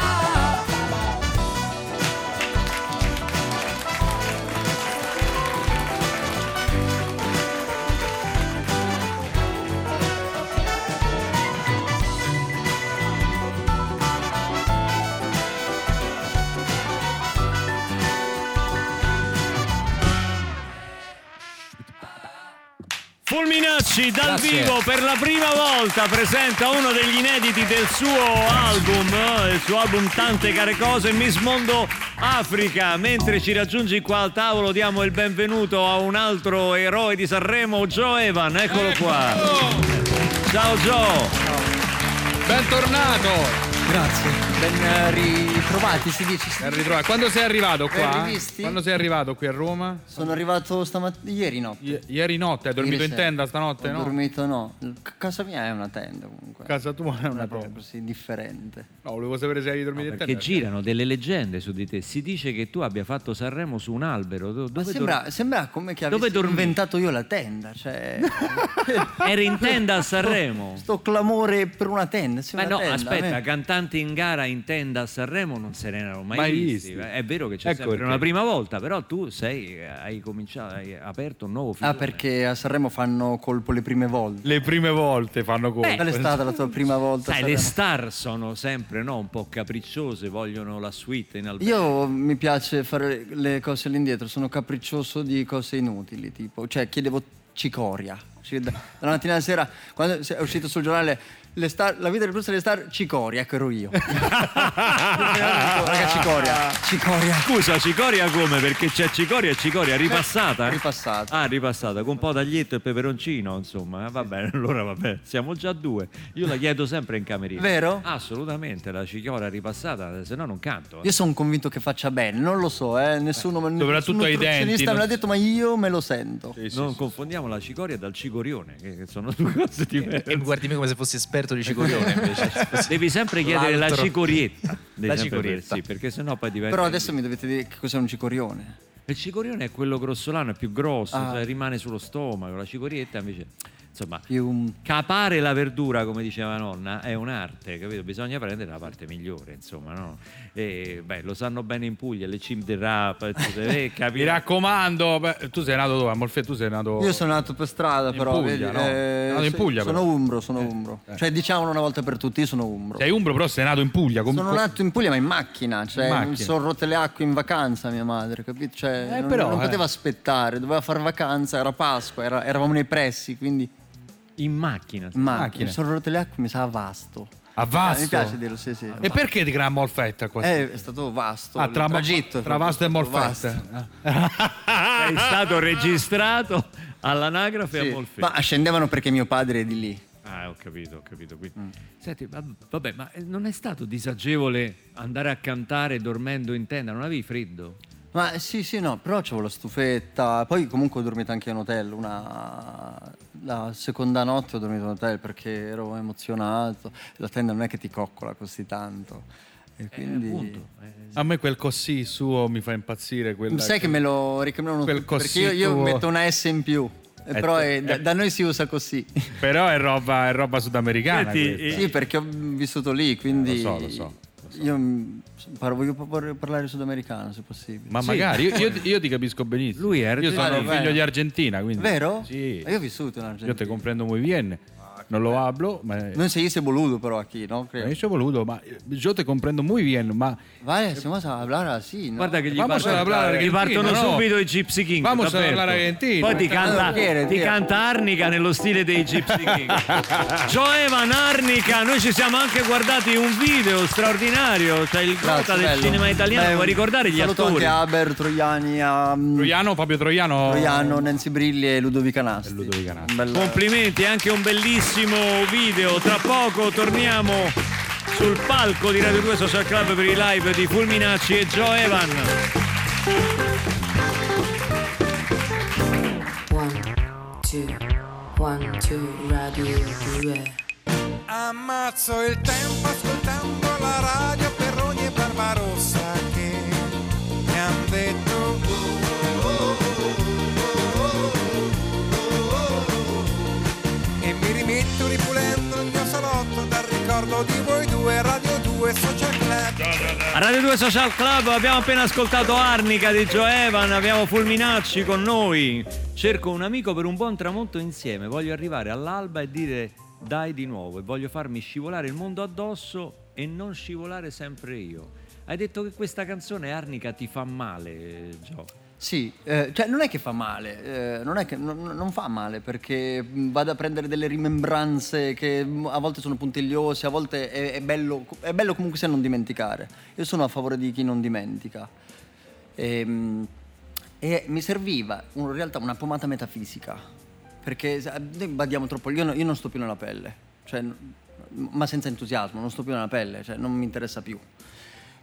Speaker 1: Fulminacci dal
Speaker 9: Grazie.
Speaker 1: vivo per la prima volta presenta uno degli inediti del suo album, eh, il suo album Tante care cose, Miss Mondo Africa. Mentre ci raggiungi qua al tavolo diamo il benvenuto a un altro eroe di Sanremo, Joe Evan, eccolo qua. Ciao Joe.
Speaker 5: Bentornato!
Speaker 11: Grazie, ben ritrovati si dice.
Speaker 5: Ben ritrovato. Quando sei arrivato qua?
Speaker 11: Ben rivisti?
Speaker 5: Quando sei arrivato qui a Roma?
Speaker 11: Sono arrivato stamattina, ieri notte.
Speaker 5: I- ieri notte, hai dormito
Speaker 11: Ieri
Speaker 5: in
Speaker 11: sera.
Speaker 5: tenda stanotte,
Speaker 11: Ho
Speaker 5: no?
Speaker 11: dormito no. C- casa mia è una tenda comunque.
Speaker 5: Casa tua è
Speaker 11: Non
Speaker 5: una
Speaker 11: è proprio
Speaker 5: tenda.
Speaker 11: così differente.
Speaker 5: No, volevo sapere se hai dormito in
Speaker 1: Perché
Speaker 5: tenda.
Speaker 1: girano delle leggende su di te. Si dice che tu abbia fatto Sanremo su un albero. Do-
Speaker 11: Ma
Speaker 1: Dove
Speaker 11: sembra,
Speaker 1: dor-
Speaker 11: sembra come che
Speaker 1: Dove
Speaker 11: avessi
Speaker 1: dormi?
Speaker 11: inventato io la tenda, cioè
Speaker 1: Eri in tenda a Sanremo?
Speaker 11: sto clamore per una tenda, sì,
Speaker 1: Ma
Speaker 11: una
Speaker 1: no,
Speaker 11: tenda,
Speaker 1: aspetta,
Speaker 11: eh.
Speaker 1: cantare cantanti in gara in tenda a Sanremo non se ne erano mai,
Speaker 5: Mai
Speaker 1: visti.
Speaker 5: visti.
Speaker 1: È vero che c'è
Speaker 5: Ecco
Speaker 1: sempre
Speaker 5: perché.
Speaker 1: una prima volta, però tu sei, hai cominciato, hai aperto un nuovo filone.
Speaker 11: Ah, perché a Sanremo fanno colpo le prime volte.
Speaker 5: Le prime volte fanno colpo.
Speaker 11: Qual è stata la tua prima volta? a
Speaker 1: Sai, le
Speaker 11: Sanremo?
Speaker 1: star sono sempre no, un po' capricciose, vogliono la suite in albergo.
Speaker 11: Io mi piace fare le cose all'indietro, sono capriccioso di cose inutili, tipo, cioè chiedevo cicoria. Cioè, da- Dalla mattina alla sera, quando è uscito sul giornale le star, la vita del plus delle star, cicoria, ecco ero io. Raga, cicoria, cicoria.
Speaker 1: Scusa, cicoria come? Perché c'è cicoria e cicoria ripassata?
Speaker 11: Ripassata.
Speaker 1: Ah, ripassata, con un po' d'aglietto e peperoncino, insomma. Eh, Va bene, allora va bene, siamo già due. Io la chiedo sempre in camerino.
Speaker 11: Vero?
Speaker 1: Assolutamente, la cicoria ripassata, se no non canto. eh.
Speaker 11: Io sono convinto che faccia bene, non lo so, eh, nessuno,
Speaker 5: soprattutto
Speaker 11: nessun
Speaker 5: ai denti,
Speaker 11: nutrizionista me
Speaker 5: non-
Speaker 11: l'ha detto, ma io me lo sento.
Speaker 1: non confondiamo la cicoria dal cicorione, che che sono due cose diverse.
Speaker 9: E guardi me come se fossi esperto di cicorione invece.
Speaker 1: Devi sempre chiedere la
Speaker 9: L'altro.
Speaker 1: cicorietta. Devi
Speaker 9: La
Speaker 1: sempre-
Speaker 9: cicorietta.
Speaker 1: Sì, perché sennò poi diventa...
Speaker 11: Però adesso mi dovete dire che cos'è un cicorione.
Speaker 1: Il cicorione è quello grossolano, è più grosso,
Speaker 11: Ah.
Speaker 1: cioè rimane sullo stomaco. La cicorietta invece, insomma,
Speaker 11: Più...
Speaker 1: capare la verdura, come diceva nonna, è un'arte, capito? Bisogna prendere la parte migliore, insomma, no? E beh, lo sanno bene in Puglia, le cim del rap, eh,
Speaker 5: Mi
Speaker 1: capire.
Speaker 5: raccomando, beh, tu sei nato dove? A Molfetta, tu sei nato...
Speaker 11: Io sono nato per strada,
Speaker 5: In
Speaker 11: però.
Speaker 5: Puglia,
Speaker 11: vedi,
Speaker 5: no? Sei nato in
Speaker 11: se-
Speaker 5: Puglia,
Speaker 11: Sono
Speaker 5: però.
Speaker 11: umbro, sono umbro. Cioè, diciamolo una volta per tutti, io sono umbro.
Speaker 5: Sei umbro, però sei nato in Puglia. com-
Speaker 11: Sono
Speaker 5: com-
Speaker 11: nato in Puglia, ma in macchina, cioè
Speaker 5: In
Speaker 11: non
Speaker 5: macchina.
Speaker 11: sono rotte le acque in vacanza mia madre, capito? Cioè,
Speaker 5: Eh,
Speaker 11: non,
Speaker 5: però,
Speaker 11: non
Speaker 5: eh.
Speaker 11: poteva aspettare, doveva fare vacanza, era Pasqua, era- eravamo nei pressi, quindi
Speaker 1: In macchina.
Speaker 11: in macchina.
Speaker 5: Macchina.
Speaker 11: Sono rotte le acque, mi sa vasto.
Speaker 5: A Vasto?
Speaker 11: Mi piace dirlo, sì, sì.
Speaker 5: E perché ti crea Molfetta qua?
Speaker 11: Eh, è stato vasto.
Speaker 5: Ah,
Speaker 11: il
Speaker 5: tra,
Speaker 11: tragitto è
Speaker 5: tra
Speaker 11: proprio
Speaker 5: Vasto e
Speaker 11: stato
Speaker 5: Molfetta.
Speaker 11: vasto.
Speaker 1: Sei stato registrato all'anagrafe
Speaker 11: Sì.
Speaker 1: a Molfetta.
Speaker 11: Ma scendevano perché mio padre è di lì.
Speaker 1: Ah, ho capito, ho capito. Quindi.
Speaker 11: Mm.
Speaker 1: Senti, ma- vabbè, ma eh, non è stato disagevole andare a cantare dormendo in tenda? Non avevi freddo?
Speaker 11: Ma eh, sì, sì, no, però c'avevo la stufetta. Poi comunque ho dormito anche in hotel. Una... La seconda notte ho dormito in hotel perché ero emozionato. La tenda non è che ti coccola così tanto. E quindi...
Speaker 1: appunto.
Speaker 5: A me quel così suo mi fa impazzire. Quella
Speaker 11: Sai che me lo ricambiano
Speaker 5: Quel
Speaker 11: tutti, perché io, io
Speaker 5: così tuo-
Speaker 11: metto una S in più. E
Speaker 5: Eh,
Speaker 11: però è-
Speaker 5: eh.
Speaker 11: da, da noi si usa così.
Speaker 5: Però è roba, è roba sudamericana.
Speaker 1: Senti,
Speaker 5: questa.
Speaker 11: Sì, perché ho vissuto lì, quindi...
Speaker 5: Lo so, lo so,
Speaker 11: Io mm, parlo- voglio par- parlare sudamericano, se possibile.
Speaker 5: Ma
Speaker 1: Sì.
Speaker 5: magari, io, io- io ti capisco benissimo.
Speaker 1: Lui è
Speaker 5: Io sono
Speaker 1: argentino.
Speaker 5: figlio di Argentina, quindi...
Speaker 11: Vero?
Speaker 5: Sì.
Speaker 11: Ma io ho vissuto in
Speaker 5: Io
Speaker 11: Argentina.
Speaker 5: te comprendo muy bien. No lo hablo, ma...
Speaker 11: Non sei ese boludo però aquí, ¿no?
Speaker 5: Ma
Speaker 11: Creo.
Speaker 5: Io ci ho voluto, ma yo te comprendo muy bien, ma...
Speaker 11: Vale, si vamos a hablar así, ¿no?
Speaker 1: Guarda che gli,
Speaker 5: Vamos
Speaker 1: partono-
Speaker 5: a parlare
Speaker 1: gli
Speaker 5: argentino,
Speaker 1: partono
Speaker 5: no?
Speaker 1: subito i Gypsy King.
Speaker 5: Vamos a
Speaker 1: t'avverto.
Speaker 5: parlare argentino.
Speaker 1: Poi ti canta,
Speaker 11: Ah, quiere,
Speaker 1: ti
Speaker 11: quiere.
Speaker 1: canta Arnica nello stile dei Gypsy King. Joevan Arnica, noi ci siamo anche guardati un video straordinario, cioè il
Speaker 11: Grazie,
Speaker 1: gota del
Speaker 11: bello.
Speaker 1: cinema italiano.
Speaker 11: Beh,
Speaker 1: Vuoi ricordare gli
Speaker 11: saluto
Speaker 1: attori?
Speaker 11: anche Aber, Troiani, a mm,
Speaker 5: Troiano, Fabio Troiano...
Speaker 11: Troiano, Nancy Brilli e Ludovica Nasti.
Speaker 5: E Ludovica Nasti.
Speaker 11: Un bel-
Speaker 1: Complimenti, anche un bellissimo video. Tra poco torniamo sul palco di Radio due Social Club per i live di Fulminacci e Joe Evan.
Speaker 7: One, two, one, two, Radio due.
Speaker 8: Ammazzo il tempo ascoltando la radio per ogni Barbarossa che mi han detto oh, oh, oh, oh, oh, oh. E mi rimetto ripulendo il mio salotto dal ricordo di voi due, Radio due Social Club.
Speaker 1: A Radio due Social Club abbiamo appena ascoltato Arnica di Joe Evan, abbiamo Fulminacci con noi. Cerco un amico per un buon tramonto insieme, voglio arrivare all'alba e dire dai di nuovo e voglio farmi scivolare il mondo addosso e non scivolare sempre io. Hai detto che questa canzone Arnica ti fa male, Joe.
Speaker 11: Sì, eh, cioè non è che fa male, eh, non è che non, non fa male perché mh, vado a prendere delle rimembranze che mh, a volte sono puntigliose, a volte è, è bello, è bello comunque sia non dimenticare. Io sono a favore di chi non dimentica. E, mh, e mi serviva un- in realtà una pomata metafisica, perché sa- noi badiamo troppo, io, no- io non sto più nella pelle, cioè, n- ma senza entusiasmo, non sto più nella pelle, cioè non mi interessa più.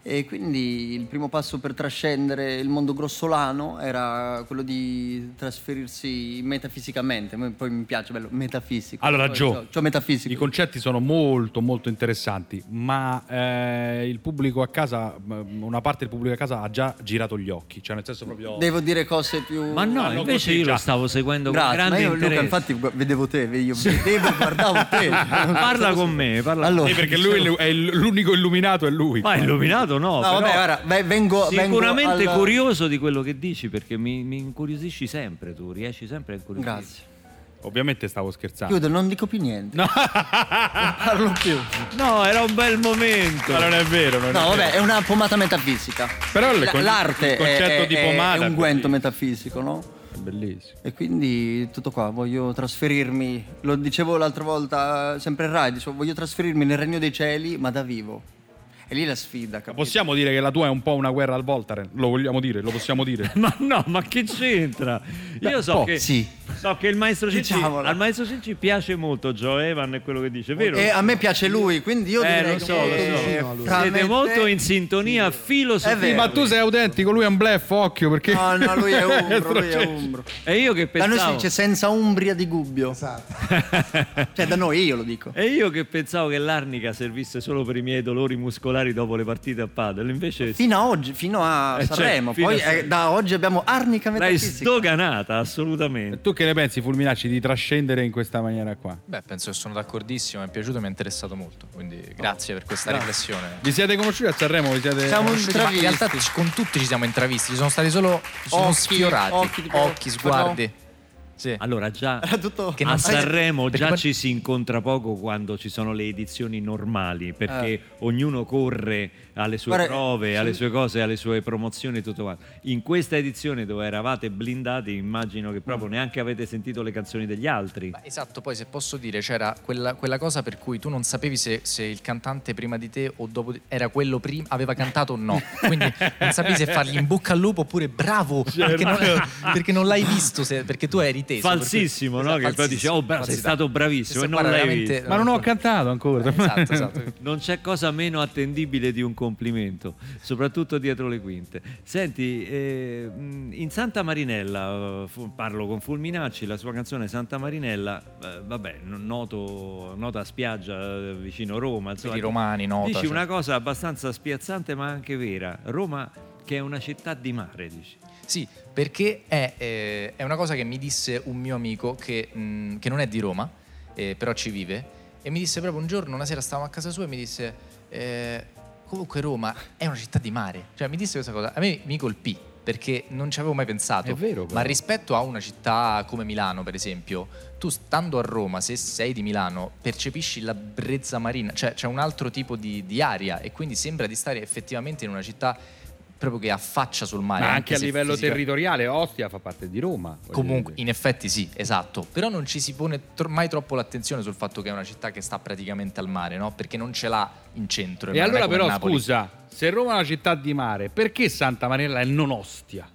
Speaker 11: E quindi il primo passo per trascendere il mondo grossolano era quello di trasferirsi metafisicamente. Poi mi piace, bello, metafisico.
Speaker 5: Allora,
Speaker 11: Poi,
Speaker 5: Gio,
Speaker 11: c'ho- c'ho metafisico.
Speaker 5: i concetti sono molto molto interessanti, ma eh, il pubblico a casa, una parte del pubblico a casa ha già girato gli occhi, cioè nel senso proprio...
Speaker 11: Devo dire cose più...
Speaker 1: Ma no,
Speaker 5: Vanno
Speaker 1: invece
Speaker 5: così
Speaker 1: io
Speaker 5: già.
Speaker 1: lo stavo seguendo con
Speaker 11: Grazie, ma
Speaker 1: grande
Speaker 11: io Luca
Speaker 1: interesse.
Speaker 11: infatti gu- vedevo te, io vedevo e guardavo te.
Speaker 1: Parla con me, parla
Speaker 11: Allora,
Speaker 5: Sì, perché lui è il- l'unico illuminato è lui.
Speaker 1: Ma illuminato no,
Speaker 11: No,
Speaker 1: però
Speaker 11: vabbè, guarda, ve- vengo,
Speaker 1: sicuramente
Speaker 11: vengo al-
Speaker 1: curioso di quello che dici, perché mi, mi incuriosisci sempre, tu riesci sempre a incuriosire.
Speaker 11: Grazie.
Speaker 5: Ovviamente stavo scherzando.
Speaker 11: Chiudo, non dico più niente. No. Non parlo più.
Speaker 1: No, era un bel momento.
Speaker 5: Ma non è vero, non
Speaker 11: No,
Speaker 5: è
Speaker 11: vabbè,
Speaker 5: vero.
Speaker 11: è una pomata metafisica.
Speaker 5: Però il
Speaker 11: La-
Speaker 5: con-
Speaker 11: l'arte
Speaker 5: il concetto
Speaker 11: è,
Speaker 5: di
Speaker 11: è-
Speaker 5: pomata
Speaker 11: è
Speaker 5: è
Speaker 11: un guento metafisico, no?
Speaker 5: È bellissimo.
Speaker 11: E quindi tutto qua, voglio trasferirmi, lo dicevo l'altra volta, sempre in Rai, dicevo, voglio trasferirmi nel regno dei cieli, ma da vivo. E lì la sfida, capito?
Speaker 5: Possiamo dire che la tua è un po' una guerra al Voltaren? Lo vogliamo dire? Lo possiamo dire?
Speaker 1: Ma no, ma che c'entra? Io
Speaker 5: Beh,
Speaker 1: so
Speaker 5: po',
Speaker 1: che,
Speaker 11: sì.
Speaker 1: so che il maestro Cinci,
Speaker 11: Diciamola.
Speaker 1: al maestro Cinci piace molto Joe Evan e quello che dice, vero?
Speaker 11: E a me piace lui, quindi io
Speaker 1: Eh,
Speaker 11: direi
Speaker 1: lo so,
Speaker 11: che
Speaker 1: lo so.
Speaker 11: fra
Speaker 1: Siete
Speaker 11: me e
Speaker 1: molto
Speaker 11: te-
Speaker 1: in sintonia
Speaker 11: È
Speaker 1: filosofica.
Speaker 11: vero.
Speaker 5: Ma tu sei autentico, lui è un bluff, occhio, perché...
Speaker 11: No, no, lui è umbro, lui è umbro.
Speaker 1: E io che
Speaker 11: Da noi si
Speaker 1: pensavo
Speaker 11: dice senza umbria di gubbio.
Speaker 12: Esatto.
Speaker 11: Cioè, da noi io lo dico.
Speaker 1: E io che pensavo che l'arnica servisse solo per i miei dolori muscolari dopo le partite a padel, invece
Speaker 11: Fino a oggi, fino a
Speaker 1: Eh, cioè,
Speaker 11: Sanremo.
Speaker 1: fino
Speaker 11: Poi
Speaker 1: a Sanremo.
Speaker 11: eh, da oggi abbiamo arnica
Speaker 1: l'hai
Speaker 11: metafisica.
Speaker 1: sdoganata assolutamente.
Speaker 5: Tu che ne pensi, Fulminacci, di trascendere in questa maniera qua?
Speaker 9: Beh, penso che sono d'accordissimo, mi è piaciuto e mi è interessato molto, quindi grazie per questa riflessione.
Speaker 5: Vi siete conosciuti a Sanremo? Vi siete...
Speaker 11: Siamo
Speaker 9: Conosciuti, ma in realtà ci- con tutti ci siamo intravisti, ci sono stati solo ci sono
Speaker 11: Occhi,
Speaker 9: sfiorati,
Speaker 11: occhi, tipo-
Speaker 9: occhi, sguardi. Sì.
Speaker 1: Allora già
Speaker 11: Era tutto...
Speaker 9: Che
Speaker 1: a
Speaker 9: non sai-
Speaker 1: Sanremo
Speaker 9: perché
Speaker 1: già
Speaker 9: poi-
Speaker 1: ci si incontra poco quando ci sono le edizioni normali, perché
Speaker 11: Eh.
Speaker 1: ognuno corre alle sue
Speaker 11: Guarda,
Speaker 1: prove,
Speaker 11: sì.
Speaker 1: alle sue cose, alle sue promozioni e tutto quanto. In questa edizione dove eravate blindati, immagino che proprio neanche avete sentito le canzoni degli altri.
Speaker 9: Ma esatto, poi se posso dire, c'era quella, quella cosa per cui tu non sapevi se, se il cantante prima di te o dopo di- era quello prima, aveva cantato o no. Quindi non sapevi se fargli in bocca al lupo oppure bravo, perché, non, perché non l'hai visto, se- perché tu eri teso. per cui-
Speaker 1: Falsissimo, no?
Speaker 9: Esatto,
Speaker 1: Che poi
Speaker 9: falsissimo,
Speaker 1: dice, oh, beh, sei
Speaker 9: falsità.
Speaker 1: stato bravissimo e non
Speaker 9: Guarda,
Speaker 1: l'hai
Speaker 9: veramente-
Speaker 1: visto.
Speaker 5: Ma non ho cantato ancora.
Speaker 9: Esatto, esatto.
Speaker 1: Non c'è cosa meno attendibile di un complimento, soprattutto dietro le quinte. Senti, eh, mh, in Santa Marinella, eh, fu- parlo con Fulminacci, la sua canzone Santa Marinella, eh, vabbè, n- noto, nota spiaggia eh, vicino Roma. Insomma,
Speaker 9: Per i romani, nota,
Speaker 1: dici
Speaker 9: cioè.
Speaker 1: una cosa abbastanza spiazzante ma anche vera. Roma che è una città di mare, dici.
Speaker 9: Sì, perché è, eh, è una cosa che mi disse un mio amico che, mh, che non è di Roma, eh, però ci vive, e mi disse proprio un giorno, una sera stavamo a casa sua e mi disse eh, comunque Roma è una città di mare. Cioè mi disse questa cosa, a me mi colpì perché non ci avevo mai pensato.
Speaker 5: È vero, però.
Speaker 9: Ma rispetto a una città come Milano, per esempio, tu stando a Roma, se sei di Milano, percepisci la brezza marina, cioè c'è un altro tipo di, di aria e quindi sembra di stare effettivamente in una città proprio che affaccia sul mare.
Speaker 5: Ma anche a
Speaker 9: se
Speaker 5: livello
Speaker 9: fisica-
Speaker 5: territoriale, Ostia fa parte di Roma. voglio
Speaker 9: Comunque,
Speaker 5: dire.
Speaker 9: in effetti sì, esatto. Però non ci si pone tro- mai troppo l'attenzione sul fatto che è una città che sta praticamente al mare, no? Perché non ce l'ha in centro.
Speaker 5: E
Speaker 9: non è
Speaker 5: allora
Speaker 9: come
Speaker 5: però,
Speaker 9: Napoli.
Speaker 5: scusa, se Roma è una città di mare, perché Santa Marinella e non Ostia?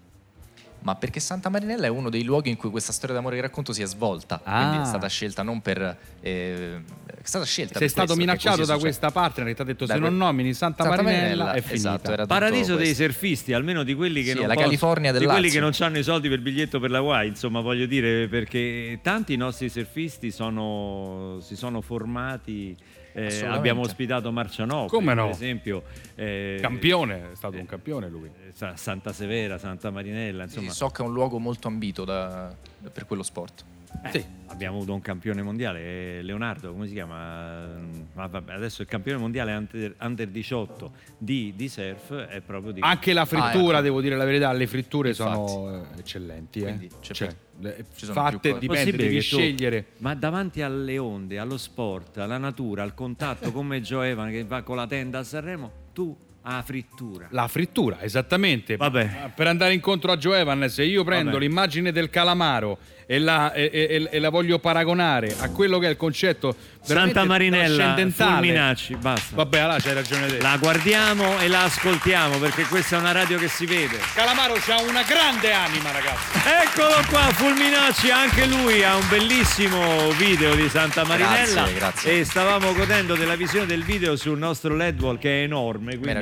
Speaker 9: Ma perché Santa Marinella è uno dei luoghi in cui questa storia d'amore che racconto si è svolta.
Speaker 5: Ah.
Speaker 9: Quindi è stata scelta non per... eh, è stata scelta
Speaker 5: Sei
Speaker 9: per
Speaker 5: stato
Speaker 9: questo, che
Speaker 5: minacciato
Speaker 9: così
Speaker 5: da
Speaker 9: succede.
Speaker 5: questa partner che ti ha detto
Speaker 9: Da
Speaker 5: se
Speaker 9: que-
Speaker 5: non nomini Santa,
Speaker 9: Santa
Speaker 5: Marinella,
Speaker 9: Marinella,
Speaker 5: è finita.
Speaker 9: esatto, era tutto
Speaker 1: Paradiso dei
Speaker 9: questo.
Speaker 1: surfisti, almeno di quelli che
Speaker 9: Sì,
Speaker 1: non
Speaker 9: è la
Speaker 1: possono-
Speaker 9: California del
Speaker 1: di quelli
Speaker 9: Lazio.
Speaker 1: che non hanno i soldi per il biglietto per la Hawaii, insomma, voglio dire, perché tanti nostri surfisti sono, si sono formati. eh,
Speaker 9: Assolutamente.
Speaker 1: abbiamo ospitato Marcianopoli,
Speaker 5: Come no?
Speaker 1: per esempio, eh,
Speaker 5: Campione, è stato un campione lui.
Speaker 1: eh, Sa- Santa Severa, Santa Marinella,
Speaker 9: Sì,
Speaker 1: insomma.
Speaker 9: so che è un luogo molto ambito da- per quello sport.
Speaker 1: Eh,
Speaker 5: Sì.
Speaker 1: Abbiamo avuto un campione mondiale, eh, Leonardo, come si chiama? Ma vabbè, adesso il campione mondiale under, under diciotto di, di surf è proprio di...
Speaker 5: Anche la frittura,
Speaker 9: Ah, ecco.
Speaker 5: devo dire la verità, le fritture
Speaker 9: Infatti.
Speaker 5: sono eh, eccellenti. Eh.
Speaker 9: Quindi c'è
Speaker 5: Cioè,
Speaker 9: per-
Speaker 5: le-
Speaker 9: ci sono
Speaker 5: fatte,
Speaker 9: più cose.
Speaker 5: dipende,
Speaker 1: Possibile
Speaker 5: devi
Speaker 1: che tu-
Speaker 5: scegliere.
Speaker 1: Ma davanti alle onde, allo sport, alla natura, al contatto come Joe Evan che va con la tenda a Sanremo, tu a frittura.
Speaker 5: La frittura, esattamente.
Speaker 1: Vabbè.
Speaker 5: Per andare incontro a Joe Evan, se io prendo
Speaker 1: Vabbè.
Speaker 5: l'immagine del calamaro e la, e, e- e la voglio paragonare a quello che è il concetto veramente
Speaker 1: Santa Marinella,
Speaker 5: trascendentale.
Speaker 1: Fulminacci, basta.
Speaker 5: Vabbè, allora c'hai ragione te.
Speaker 1: La guardiamo e la ascoltiamo perché questa è una radio che si vede.
Speaker 5: Calamaro c'ha una grande anima, ragazzi.
Speaker 1: Eccolo qua, Fulminacci, anche lui ha un bellissimo video di Santa Marinella.
Speaker 9: Grazie, grazie.
Speaker 1: E stavamo godendo della visione del video sul nostro L E D wall che è enorme, quindi è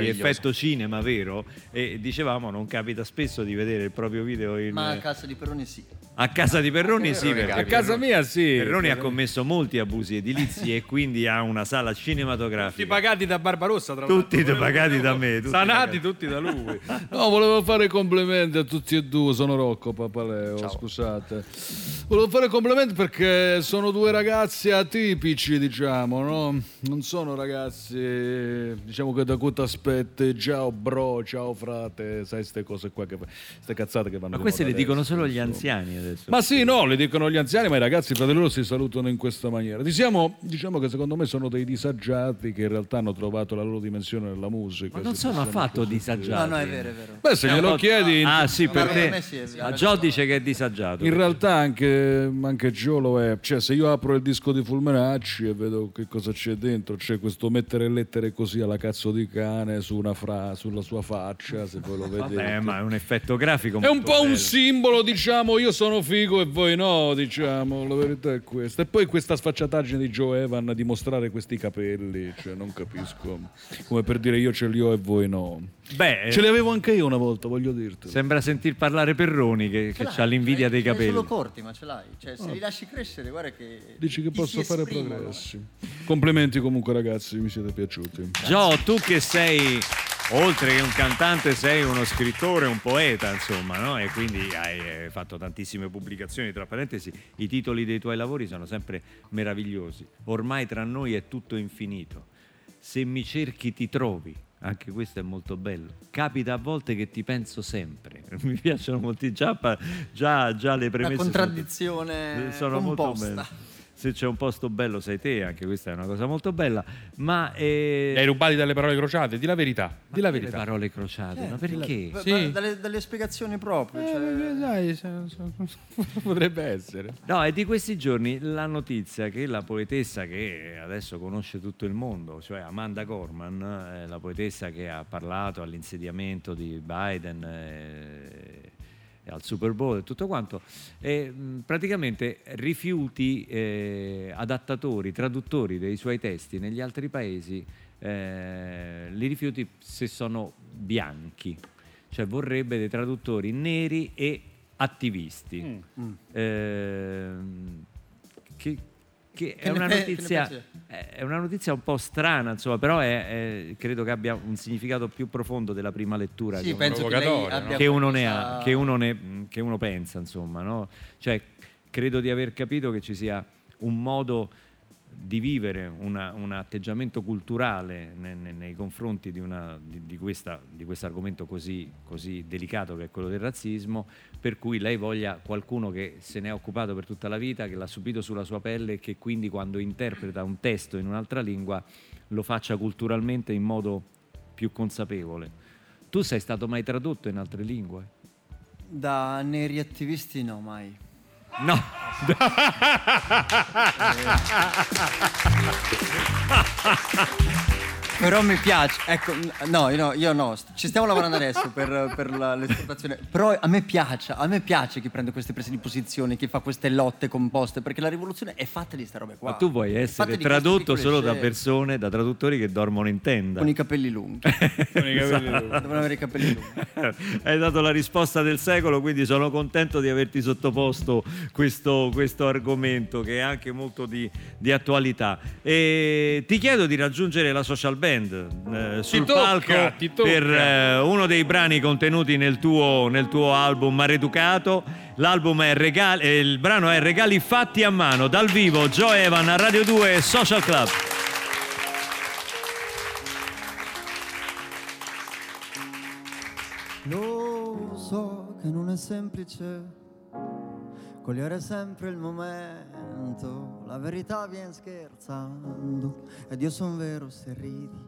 Speaker 9: meraviglioso.
Speaker 1: effetto cinema vero, e dicevamo non capita spesso di vedere il proprio video in...
Speaker 11: Ma a casa di Perroni sì.
Speaker 1: A casa di Perroni sì, perché
Speaker 5: A casa mia sì.
Speaker 1: Perroni ha commesso molti abusi edilizi e quindi ha una sala cinematografica.
Speaker 6: Tutti pagati da Barbarossa, tra l'altro.
Speaker 1: Tutti pagati da me, tutti
Speaker 6: Sanati
Speaker 1: pagati.
Speaker 6: tutti da lui.
Speaker 5: No, volevo fare complimenti a tutti e due. Sono Rocco Papaleo,
Speaker 9: Ciao.
Speaker 5: scusate. Volevo fare complimenti perché sono due ragazzi atipici, diciamo, no? Non sono ragazzi, diciamo, che da cui ti aspetti ciao bro, ciao frate, sai ste cose qua, che ste cazzate che vanno
Speaker 1: Ma
Speaker 5: di
Speaker 1: queste
Speaker 5: moda
Speaker 1: le dicono
Speaker 5: adesso,
Speaker 1: solo gli
Speaker 5: insomma.
Speaker 1: anziani adesso.
Speaker 5: Ma sì, no, le dicono gli anziani, ma i ragazzi fra di loro si salutano in questa maniera. Diciamo, diciamo che secondo me sono dei disagiati che in realtà hanno trovato la loro dimensione nella musica.
Speaker 1: Ma non
Speaker 5: si
Speaker 1: sono
Speaker 5: possono
Speaker 1: affatto
Speaker 5: così
Speaker 1: disagiati.
Speaker 5: dire.
Speaker 11: No, no, è vero, è vero.
Speaker 5: Beh, se
Speaker 1: È un
Speaker 5: glielo
Speaker 1: po'-
Speaker 5: chiedi...
Speaker 1: Ah sì, per
Speaker 11: secondo
Speaker 1: te.
Speaker 11: me sì, è vero.
Speaker 1: Ah, Gio dice che è disagiato.
Speaker 5: In realtà anche, anche Gio lo è, cioè se io apro il disco di Fulmenacci e vedo che cosa c'è dentro, c'è questo mettere lettere così alla cazzo di cane su una fra, sulla sua faccia, se voi lo vedete.
Speaker 1: Vabbè, ma è un effetto grafico
Speaker 5: È un
Speaker 1: molto
Speaker 5: po' un
Speaker 1: bello.
Speaker 5: simbolo, diciamo, io sono figo e voi no, diciamo, la verità è questa. E poi questa sfacciataggine di Joe Evan di mostrare questi capelli, cioè non capisco, come per dire io ce li ho e voi no.
Speaker 1: Beh,
Speaker 5: Ce li avevo anche io una volta, voglio dirti.
Speaker 1: sembra sentir parlare Perroni che, che
Speaker 11: Ce l'hai,
Speaker 1: ha l'invidia
Speaker 11: ce l'hai-
Speaker 1: dei
Speaker 11: ce l'hai
Speaker 1: capelli.
Speaker 11: solo corti, ma ce l'hai. Cioè, se li lasci crescere, guarda che.
Speaker 5: Dici che
Speaker 11: ti
Speaker 5: posso
Speaker 11: si
Speaker 5: fare
Speaker 11: esprimono.
Speaker 5: progressi. Complimenti comunque ragazzi, mi siete piaciuti.
Speaker 1: Gio, tu che sei, oltre che un cantante, sei uno scrittore, un poeta, insomma, no? E quindi hai eh, fatto tantissime pubblicazioni. Tra parentesi, i titoli dei tuoi lavori sono sempre meravigliosi. Ormai tra noi è tutto infinito. Se mi cerchi ti trovi. Anche questo è molto bello. Capita a volte che ti penso sempre. Mi piacciono molti. Già, già, già le premesse.
Speaker 11: Una contraddizione
Speaker 1: sono, sono molto
Speaker 11: composta.
Speaker 1: belle. Se c'è un posto bello sei te, anche questa è una cosa molto bella. Ma eh,
Speaker 6: Li hai rubati dalle parole crociate, di la verità. Di la
Speaker 1: le
Speaker 6: verità.
Speaker 1: parole crociate, ma perché?
Speaker 11: Beh,
Speaker 6: Sì.
Speaker 11: beh, dalle, dalle spiegazioni proprio. Cioè...
Speaker 6: Eh, dai, se- se- potrebbe essere.
Speaker 1: No, è di questi giorni la notizia che la poetessa che adesso conosce tutto il mondo, cioè Amanda Gorman, eh, la poetessa che ha parlato all'insediamento di Biden eh, al Super Bowl e tutto quanto, e mh, praticamente rifiuti eh, adattatori, traduttori dei suoi testi negli altri paesi, eh, li rifiuti se sono bianchi, cioè vorrebbe dei traduttori neri e attivisti.
Speaker 11: Mm.
Speaker 1: Ehm, che, che è
Speaker 11: Che ne
Speaker 1: una
Speaker 11: pe- che ne
Speaker 1: notizia
Speaker 11: pensi?
Speaker 1: è una notizia un po' strana, insomma, però è, è- credo che abbia un significato più profondo della prima lettura
Speaker 11: Sì,
Speaker 1: che, uno,
Speaker 11: penso che lei
Speaker 6: provocatorio,
Speaker 11: abbia
Speaker 1: che uno ne
Speaker 11: qualcosa-
Speaker 1: ha, che uno, ne, che uno pensa, insomma, no? Cioè, credo di aver capito che ci sia un modo di vivere una- un atteggiamento culturale ne- ne- nei confronti di, una, di, di questa, di questo argomento così, così delicato che è quello del razzismo, per cui lei voglia qualcuno che se ne è occupato per tutta la vita, che l'ha subito sulla sua pelle e che quindi quando interpreta un testo in un'altra lingua lo faccia culturalmente in modo più consapevole. Tu sei stato mai tradotto in altre lingue?
Speaker 11: Da neri attivisti no, mai.
Speaker 1: No.
Speaker 11: Però mi piace, ecco, n- no, io no, io no, st- ci stiamo lavorando adesso per, per la- l'esportazione, però a me piace, a me piace chi prende queste prese di posizione, chi fa queste lotte composte, perché la rivoluzione è fatta di sta robe qua.
Speaker 1: Ma tu vuoi
Speaker 11: È
Speaker 1: essere
Speaker 11: fatta di
Speaker 1: tradotto
Speaker 11: queste piccole
Speaker 1: solo da
Speaker 11: scelte.
Speaker 1: persone, da traduttori che dormono in tenda.
Speaker 11: Con i capelli lunghi. Devono avere i capelli lunghi.
Speaker 1: Hai dato la risposta del secolo, quindi sono contento di averti sottoposto questo, questo argomento che è anche molto di, di attualità. E ti chiedo di raggiungere la social band eh, sul
Speaker 6: tocca,
Speaker 1: palco
Speaker 6: ti tocca.
Speaker 1: per eh, uno dei brani contenuti nel tuo, nel tuo album Maleducato. L'album è Regali, eh, il brano è Regali fatti a mano, dal vivo Joe Evan a Radio due Social Club.
Speaker 12: Lo so che non è semplice cogliere sempre il momento, la verità viene scherzando ed io son vero se ridi.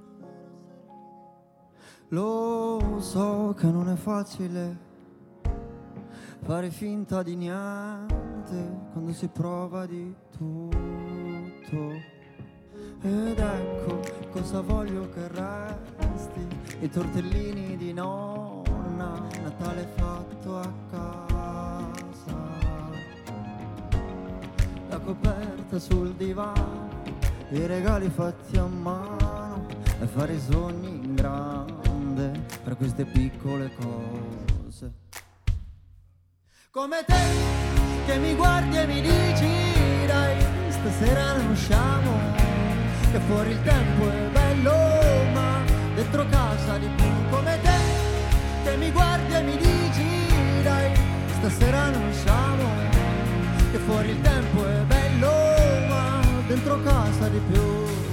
Speaker 12: Lo so che non è facile fare finta di niente quando si prova di tutto. Ed ecco cosa voglio che resti, i tortellini di nonna, Natale fatto a casa, la coperta sul divano, i regali fatti a mano e fare i sogni in grande. per queste piccole cose. Come te che mi guardi e mi dici dai, stasera non usciamo, che fuori il tempo è bello ma dentro casa di più. Come te che mi guardi e mi dici dai, stasera non usciamo, che fuori il tempo è bello ma dentro casa di più.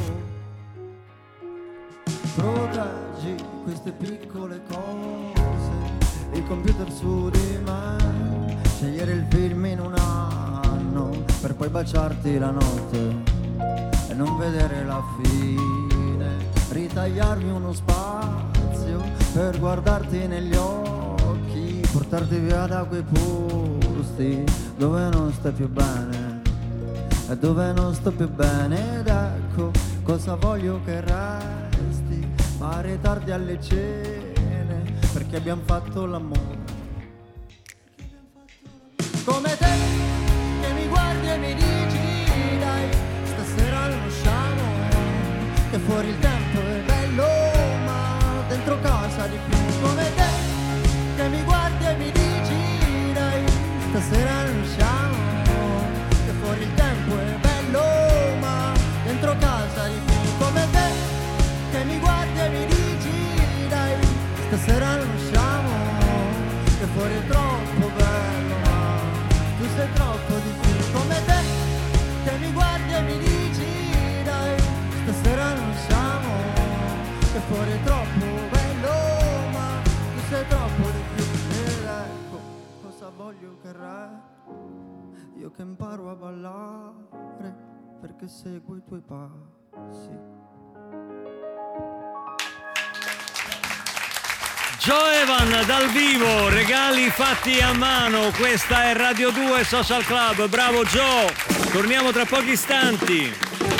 Speaker 12: Proteggi queste piccole cose, il computer su di me, scegliere il film in un anno per poi baciarti la notte e non vedere la fine, ritagliarmi uno spazio per guardarti negli occhi, portarti via da quei posti dove non stai più bene e dove non sto più bene. Ed ecco cosa voglio che resti, fare tardi alle cene perché abbiamo fatto l'amore. Come te che mi guardi e mi dici dai, stasera non usciamo, che fuori il tempo è bello ma dentro casa di più. Come te che mi guardi e mi dici dai, stasera non usciamo, che fuori il tempo è bello ma dentro casa di più. Come te che mi guardi e mi dici dai, stasera non usciamo, che fuori è troppo bello ma tu sei troppo di più. Come te che mi guardi e mi dici dai, stasera non usciamo, che fuori è troppo bello ma tu sei troppo di più. Ed ecco cosa voglio che re, io che imparo a ballare perché seguo i tuoi passi.
Speaker 1: Joe Evan dal vivo, regali fatti a mano. Questa è Radio due Social Club. Bravo Joe, torniamo tra pochi istanti.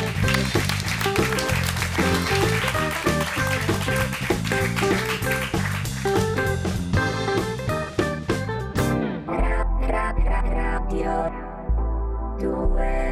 Speaker 13: Radio due.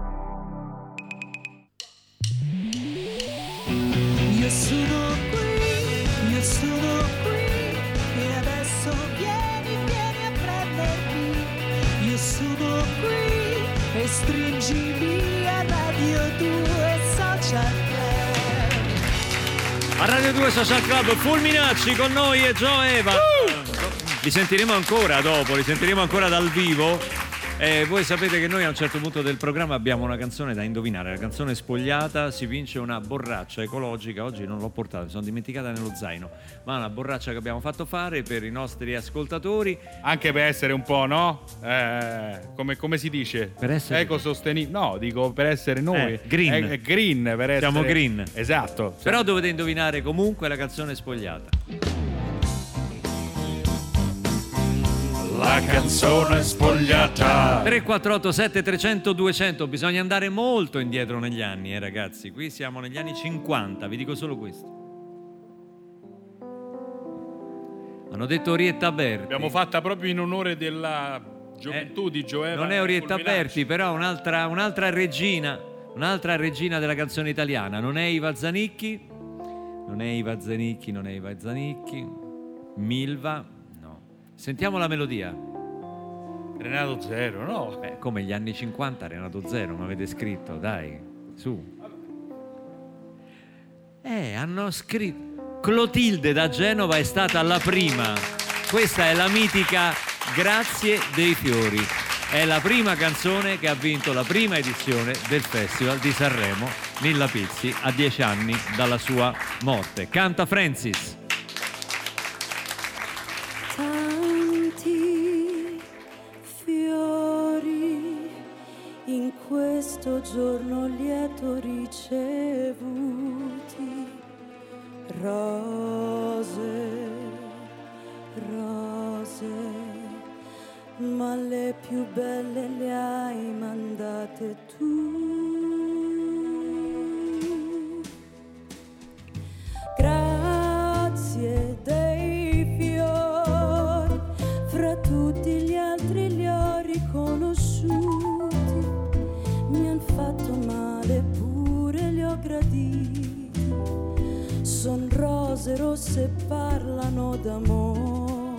Speaker 14: Io sono qui, io sono qui e adesso vieni, vieni a prendermi. Io sono qui e stringimi a Radio due Social Club.
Speaker 1: A Radio due Social Club, Fulminacci con noi e Joe Evan. Uh! Li sentiremo ancora dopo, li sentiremo ancora dal vivo. Eh, voi sapete che noi a un certo punto del programma abbiamo una canzone da indovinare, la canzone spogliata, si vince una borraccia ecologica. Oggi non l'ho portata, mi sono dimenticata nello zaino, ma una borraccia che abbiamo fatto fare per i nostri ascoltatori,
Speaker 15: anche per essere un po', no? Eh, come, come si dice?
Speaker 1: Per essere
Speaker 15: ecosostenibile. No, dico per essere noi
Speaker 1: eh, green.
Speaker 15: Eh, green per essere...
Speaker 1: Siamo green.
Speaker 15: Esatto.
Speaker 1: Però dovete indovinare comunque la canzone spogliata.
Speaker 4: La canzone spogliata.
Speaker 1: tre quattro otto sette trecento duecento. Bisogna andare molto indietro negli anni, eh ragazzi. Qui siamo negli anni cinquanta, vi dico solo questo. Hanno detto Orietta Berti.
Speaker 15: Abbiamo fatta proprio in onore della gioventù eh, di Joe Evan.
Speaker 1: Non è Orietta Berti, però un'altra, un'altra regina, un'altra regina della canzone italiana. Non è Iva Zanicchi, non è Iva Zanicchi, non è Iva Zanicchi. Milva. Sentiamo la melodia.
Speaker 15: Renato Zero, no?
Speaker 1: Beh, come gli anni cinquanta, Renato Zero, mi avete scritto, dai, su. Eh, hanno scritto. Clotilde da Genova è stata la prima. Questa è la mitica Grazie dei fiori. È la prima canzone che ha vinto la prima edizione del Festival di Sanremo. Nilla Pizzi, a dieci anni dalla sua morte. Canta Francis.
Speaker 14: In questo giorno lieto ricevuti, rose, rose, ma le più belle le hai mandate tu. Grazie dei fiori, fra tutti gli altri li ho riconosciuti. Mi han fatto male pure li ho graditi, son rose rose rosse parlano d'amore.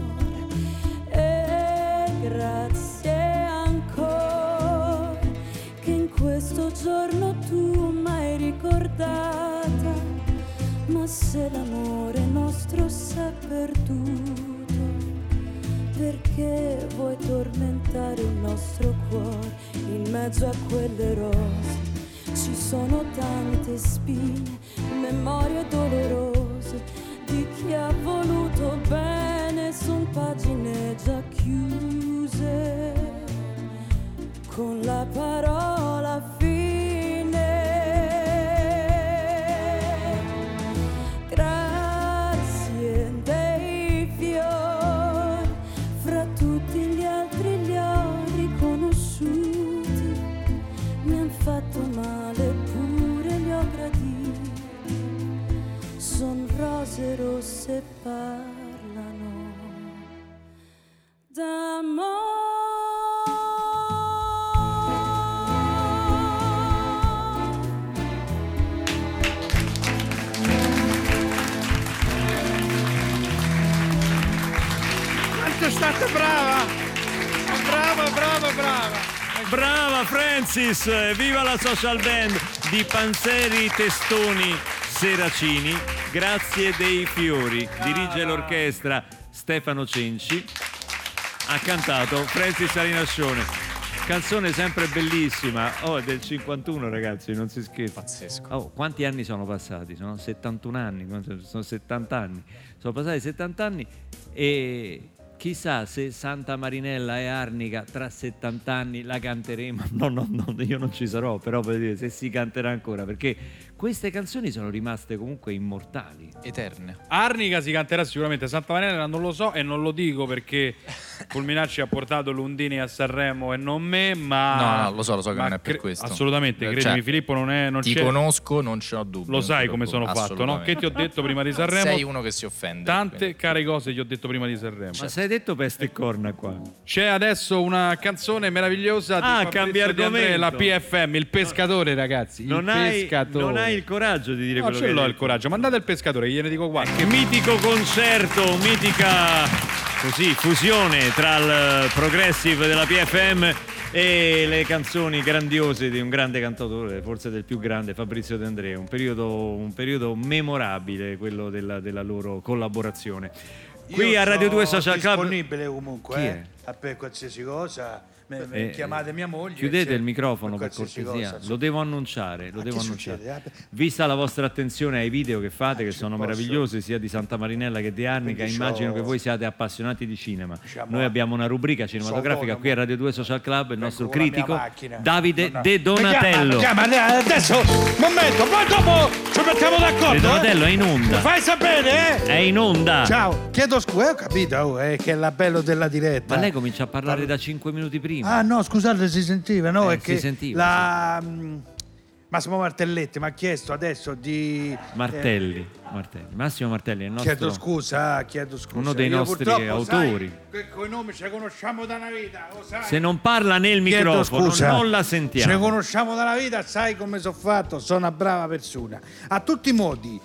Speaker 14: E grazie ancora che in questo giorno tu m'hai ricordata. Ma se l'amore nostro s'è perduto, perché vuoi tormentare il nostro cuore in mezzo a quelle rose? Ci sono tante spine, memorie dolorose di chi ha voluto bene, son pagine già chiuse con la parola fine. Grazie dei fiori, fra tutti gli altri li ho riconosciuti, mi han fatto male eppure li ho graditi, son rose rosse parlano d'amore.
Speaker 6: Quanto è stata brava! Brava, brava, brava!
Speaker 1: Brava Francis, viva la social band di Panzeri Testoni Seracini. Grazie dei fiori. Dirige l'orchestra Stefano Cenci. Ha cantato Francis Salinascione. Canzone sempre bellissima. Oh, è del cinquantuno, ragazzi, non si scherza.
Speaker 9: Pazzesco.
Speaker 1: Oh, quanti anni sono passati? Sono settantuno anni, sono settanta anni. Sono passati settanta anni e chissà se Santa Marinella e Arnica tra settanta anni la canteremo. No, no, no, io non ci sarò, però per dire se si canterà ancora, perché queste canzoni sono rimaste comunque immortali.
Speaker 9: Eterne.
Speaker 15: Arnica si canterà sicuramente, Santa Marinella non lo so e non lo dico perché Fulminacci ha portato Lundini a Sanremo e non me, ma...
Speaker 9: No, no, lo so, lo so che
Speaker 15: ma
Speaker 9: non è per
Speaker 15: cre-
Speaker 9: questo.
Speaker 15: Assolutamente,
Speaker 9: Cioè,
Speaker 15: credimi Filippo, non è... Non
Speaker 9: ti
Speaker 15: c'è...
Speaker 9: conosco, non ce n'ho dubbio.
Speaker 15: Lo sai come sono fatto, no? Che ti ho detto prima di Sanremo?
Speaker 9: Sei uno che si offende.
Speaker 15: Tante
Speaker 9: quindi.
Speaker 15: care cose ti ho detto prima di Sanremo.
Speaker 1: Ma sei detto peste e corna qua?
Speaker 15: C'è adesso una canzone meravigliosa di
Speaker 1: Ah,
Speaker 15: Fabrizio
Speaker 1: cambia
Speaker 15: Di Andrea, la
Speaker 1: argomento.
Speaker 15: P F M, il pescatore, ragazzi. Il
Speaker 1: Non hai,
Speaker 15: pescatore.
Speaker 1: non hai il coraggio di dire
Speaker 15: No,
Speaker 1: quello
Speaker 15: ce
Speaker 1: che
Speaker 15: l'ho
Speaker 1: hai
Speaker 15: il
Speaker 1: detto.
Speaker 15: coraggio. Mandate il pescatore, gliene dico qua.
Speaker 1: Che mitico concerto, mitica così fusione tra il progressive della P F M e le canzoni grandiose di un grande cantautore, forse del più grande, Fabrizio De André. Un periodo, un periodo memorabile, quello della, della loro collaborazione. Qui
Speaker 16: Io
Speaker 1: a Radio
Speaker 16: sono
Speaker 1: due Social Club.
Speaker 16: disponibile comunque,
Speaker 1: Chi
Speaker 16: eh,
Speaker 1: è?
Speaker 16: a per qualsiasi cosa. Me- me-
Speaker 1: Eh,
Speaker 16: chiamate mia moglie.
Speaker 1: Chiudete
Speaker 16: c'è-
Speaker 1: il microfono per
Speaker 16: qualsiasi
Speaker 1: cortesia,
Speaker 16: cosa,
Speaker 1: lo devo annunciare, lo
Speaker 16: Ma
Speaker 1: devo
Speaker 16: che
Speaker 1: annunciare.
Speaker 16: succede? Ah,
Speaker 1: Vista la vostra attenzione ai video che fate, che sono
Speaker 16: posso.
Speaker 1: meravigliosi sia di Santa Marinella che di Arnica,
Speaker 16: Quindi
Speaker 1: immagino
Speaker 16: c'ho-
Speaker 1: che voi siate appassionati di cinema.
Speaker 16: Diciamo,
Speaker 1: Noi abbiamo una rubrica cinematografica
Speaker 16: autonomo.
Speaker 1: qui a Radio due Social Club, il nostro
Speaker 16: con la mia
Speaker 1: critico
Speaker 16: macchina.
Speaker 1: Davide
Speaker 16: No, no.
Speaker 1: De Donatello.
Speaker 16: Mi chiama, mi chiama, adesso, momento, poi dopo ci mettiamo d'accordo.
Speaker 1: De Donatello
Speaker 16: eh?
Speaker 1: è in onda.
Speaker 16: Fai sapere, eh?
Speaker 1: È in onda.
Speaker 16: Ciao, chiedo scusa, ho capito, oh, eh, che è la bello della diretta.
Speaker 1: Ma lei comincia a parlare da cinque minuti prima.
Speaker 16: Ah no, scusate, si sentiva, no?
Speaker 1: Eh,
Speaker 16: è
Speaker 1: si
Speaker 16: che
Speaker 1: sentiva,
Speaker 16: la... mh, Massimo Martelletti mi ha chiesto adesso di...
Speaker 1: Martelli,
Speaker 16: eh,
Speaker 1: Martelli. Massimo Martelli è il nostro,
Speaker 16: Chiedo scusa, chiedo scusa.
Speaker 1: uno dei
Speaker 16: Io
Speaker 1: nostri
Speaker 16: purtroppo,
Speaker 1: autori.
Speaker 16: Sai, con i nomi ci conosciamo da una vita, lo sai.
Speaker 1: Se non parla nel
Speaker 16: Chiedo
Speaker 1: microfono
Speaker 16: scusa.
Speaker 1: non la sentiamo.
Speaker 16: Ci conosciamo da una vita, sai come sono fatto, sono una brava persona. A tutti i modi,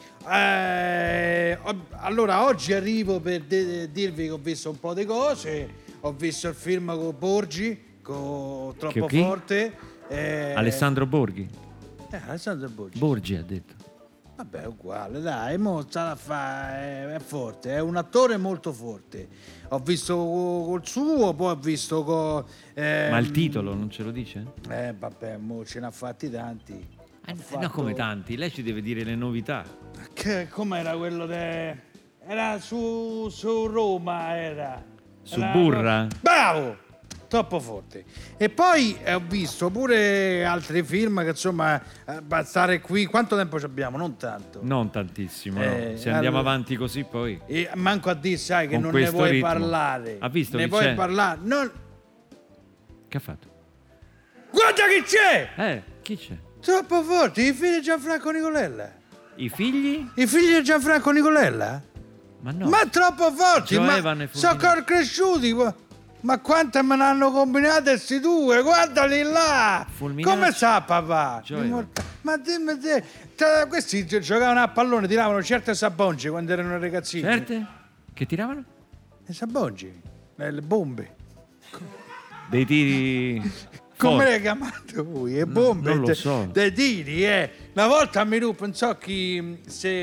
Speaker 16: eh, ho- allora oggi arrivo per de- dirvi che ho visto un po' di cose, ho visto il film con Borgi, con Troppo
Speaker 1: Che chi?
Speaker 16: Forte. eh,
Speaker 1: Alessandro Borghi.
Speaker 16: eh, Alessandro Borgi.
Speaker 1: Borgi ha detto.
Speaker 16: Vabbè, uguale, dai, mo sta da fa- è, è forte, è un attore molto forte. Ho visto co- col suo, poi ho visto con...
Speaker 1: Ma il titolo non ce lo dice?
Speaker 16: Eh, vabbè, mo ce ne ha fatti tanti. Ha
Speaker 1: Eh,
Speaker 16: fatto-
Speaker 1: No, come tanti, lei ci deve dire le novità.
Speaker 16: Che, com'era quello de... Era su, su Roma, era.
Speaker 1: Su
Speaker 16: Era-
Speaker 1: Burra?
Speaker 16: Bravo! Troppo forte. E poi eh, ho visto pure altri film che insomma, eh, per stare qui, quanto tempo ci abbiamo? Non tanto.
Speaker 1: Non tantissimo,
Speaker 16: Eh,
Speaker 1: no. Se andiamo
Speaker 16: allora-
Speaker 1: avanti così poi.
Speaker 16: E manco a dire, sai, che
Speaker 1: Con
Speaker 16: non ne
Speaker 1: questo
Speaker 16: vuoi
Speaker 1: ritmo.
Speaker 16: parlare.
Speaker 1: Ha visto
Speaker 16: ne
Speaker 1: chi
Speaker 16: vuoi
Speaker 1: c'è?
Speaker 16: parlare? Non...
Speaker 1: Che ha fatto?
Speaker 16: Guarda chi c'è!
Speaker 1: Eh, chi c'è?
Speaker 16: Troppo forte, i figli di Gianfranco Nicolella.
Speaker 1: I figli?
Speaker 16: I figli di Gianfranco Nicolella?
Speaker 1: Ma no.
Speaker 16: Ma troppo forti,
Speaker 1: Joe
Speaker 16: ma
Speaker 1: Evan e
Speaker 16: sono
Speaker 1: Fulminacci.
Speaker 16: ancora cresciuti. qua. Ma quante me ne hanno combinate questi due? Guardali là!
Speaker 1: Fulminacci.
Speaker 16: Come sta papà?
Speaker 1: Gioia.
Speaker 16: Immorta- Ma dimmi te, te- questi gi- giocavano a pallone, tiravano certe sabonci quando erano ragazzini.
Speaker 1: Certe? Che tiravano?
Speaker 16: Le sabonci, le, le bombe.
Speaker 1: Dei tiri.
Speaker 16: Come
Speaker 1: forti.
Speaker 16: le chiamate voi? Le bombe?
Speaker 1: non lo so.
Speaker 16: Dei tiri, eh. Una volta a Miru, non so chi,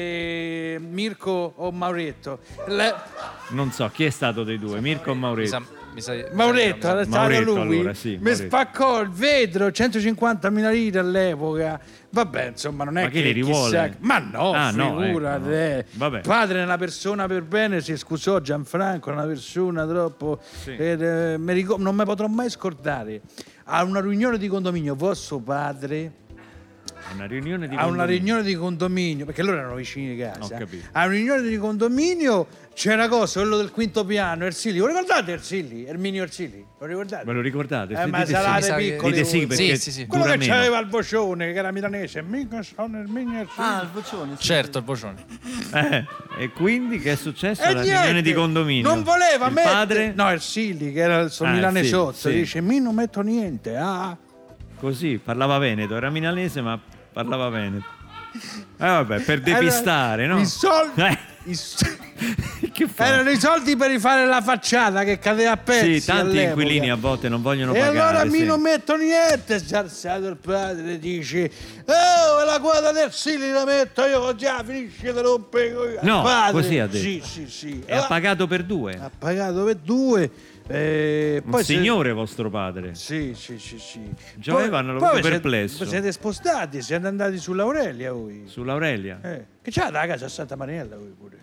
Speaker 16: se Mirko o Mauretto. Le-
Speaker 1: Non so chi è stato dei due, Mirko o Maurizio.
Speaker 9: Mi sa- mi sa-
Speaker 16: Mauretto, era stato
Speaker 1: Mauretto,
Speaker 16: lui,
Speaker 1: allora, sì,
Speaker 16: mi
Speaker 1: Mauretto.
Speaker 16: spaccò il vetro, centocinquantamila lire all'epoca. Vabbè, insomma, non è
Speaker 1: Ma che
Speaker 16: che
Speaker 1: li
Speaker 16: chissà
Speaker 1: rivuole?
Speaker 16: che- Ma no,
Speaker 1: Ah, no,
Speaker 16: figurati,
Speaker 1: ecco, no.
Speaker 16: eh.
Speaker 1: Vabbè.
Speaker 16: Padre è una persona per bene, si scusò Gianfranco, è una persona troppo... ed, eh, mi ricor- non mi potrò mai scordare. A una riunione di condominio, vostro padre...
Speaker 1: Una riunione di
Speaker 16: a una
Speaker 1: condominio.
Speaker 16: riunione di condominio, perché loro erano vicini di casa.
Speaker 1: Ho capito.
Speaker 16: A una riunione di condominio c'era cosa, quello del quinto piano, Ersilli. Lo ricordate Ersilli? Erminio Ersilli? Lo ricordate?
Speaker 1: Ve lo ricordate?
Speaker 16: Eh, ma
Speaker 1: Dite
Speaker 16: sarate
Speaker 1: sì.
Speaker 16: piccoli
Speaker 1: Dite sì
Speaker 16: voi.
Speaker 1: perché
Speaker 9: Sì, sì, sì.
Speaker 16: Quello
Speaker 1: dura
Speaker 16: che
Speaker 1: meno.
Speaker 16: aveva il vocione, che era milanese. Mica sono Erminio Ersilli.
Speaker 11: Ah, il vocione. sì.
Speaker 9: Certo, il vocione.
Speaker 1: Eh, e quindi che è successo
Speaker 16: E
Speaker 1: alla
Speaker 16: niente,
Speaker 1: riunione di condominio?
Speaker 16: non voleva
Speaker 1: il
Speaker 16: mettere...
Speaker 1: padre?
Speaker 16: No, Ersilli, che era il suo
Speaker 1: Ah,
Speaker 16: milanesotto,
Speaker 1: Ersilli, sì.
Speaker 16: dice, mi non metto niente, ah.
Speaker 1: Così, parlava veneto, era milanese ma parlava veneto. Eh vabbè, per depistare, no?
Speaker 16: I soldi...
Speaker 1: Eh.
Speaker 16: i so-
Speaker 1: Che fa?
Speaker 16: Erano i soldi per rifare la facciata che cadeva a pezzi.
Speaker 1: Sì, tanti
Speaker 16: all'epoca.
Speaker 1: inquilini a volte non vogliono
Speaker 16: E
Speaker 1: pagare.
Speaker 16: allora mi
Speaker 1: sì.
Speaker 16: non metto niente, si è alzato il padre, dice oh, la quota del Sili la metto io, già finisce di rompere.
Speaker 1: No,
Speaker 16: padre,
Speaker 1: così ha detto.
Speaker 16: Sì, sì, sì.
Speaker 1: E ha pagato per due.
Speaker 16: Ha pagato per due. Eh,
Speaker 1: Un
Speaker 16: poi se-
Speaker 1: signore vostro padre.
Speaker 16: Sì, sì, sì, sì.
Speaker 1: Giovevano, lo
Speaker 16: poi
Speaker 1: vedo
Speaker 16: siete-
Speaker 1: perplesso.
Speaker 16: Siete spostati, siete andati sull'Aurelia voi.
Speaker 1: Sull'Aurelia.
Speaker 16: Eh, che c'avete la casa a Santa Mariella voi pure?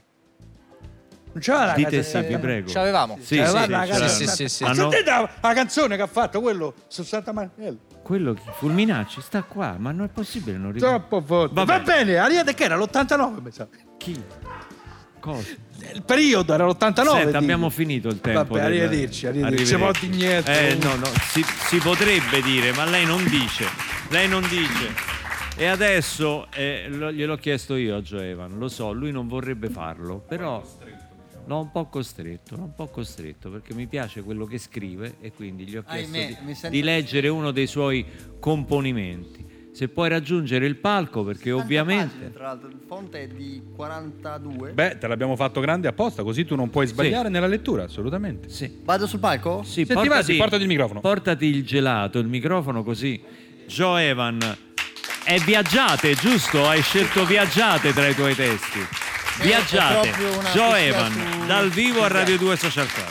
Speaker 16: Non c'avete la
Speaker 1: Dite
Speaker 16: casa a
Speaker 1: sì,
Speaker 16: Santa
Speaker 1: vi prego.
Speaker 9: Ce l'avevamo.
Speaker 1: Sì,
Speaker 16: C'avevate
Speaker 1: sì,
Speaker 16: la
Speaker 1: sì,
Speaker 16: casa a
Speaker 1: sì,
Speaker 16: Santa-
Speaker 9: sì, sì.
Speaker 1: Ah, no?
Speaker 16: Sentite la, la canzone che ha fatto quello su Santa Mariella.
Speaker 1: Quello che Fulminacci sta qua, ma non è possibile, non ricordo.
Speaker 16: Troppo forte.
Speaker 1: Vabbè.
Speaker 16: Va bene, Ariete che era l'ottantanove, mi sa.
Speaker 1: Chi? Cosa?
Speaker 16: Il periodo era l'ottantanove.
Speaker 1: Senta,
Speaker 16: dico.
Speaker 1: abbiamo finito il tempo.
Speaker 16: Vabbè,
Speaker 1: del-
Speaker 16: arrivederci, arrivederci. Siamo
Speaker 1: Arrivederci.
Speaker 16: indietro.
Speaker 1: Eh, no, no, si, si potrebbe dire, ma lei non dice. Lei non dice. E adesso eh, lo- gliel'ho chiesto io a Gioevan, lo so, lui non vorrebbe farlo, però l'ho un po' costretto, l'ho un po' costretto perché mi piace quello che scrive e quindi gli ho chiesto
Speaker 11: Ahimè,
Speaker 1: di,
Speaker 11: mi sento-
Speaker 1: di leggere uno dei suoi componimenti. Se puoi raggiungere il palco, perché ovviamente...
Speaker 11: Pagine, tra l'altro, il fonte è di quarantadue.
Speaker 15: Beh, te l'abbiamo fatto grande apposta, così tu non puoi sbagliare nella lettura, assolutamente.
Speaker 1: Sì.
Speaker 11: Vado sul palco?
Speaker 1: Sì,
Speaker 15: Senti, vai, sì, portati il microfono.
Speaker 1: Portati il gelato, il microfono così. Gioevan, è Viaggiate, giusto? Hai scelto Viaggiate tra i tuoi testi. Viaggiate,
Speaker 11: è proprio una
Speaker 1: Gioevan,
Speaker 11: poesia su-
Speaker 1: dal vivo a Radio due Social Club.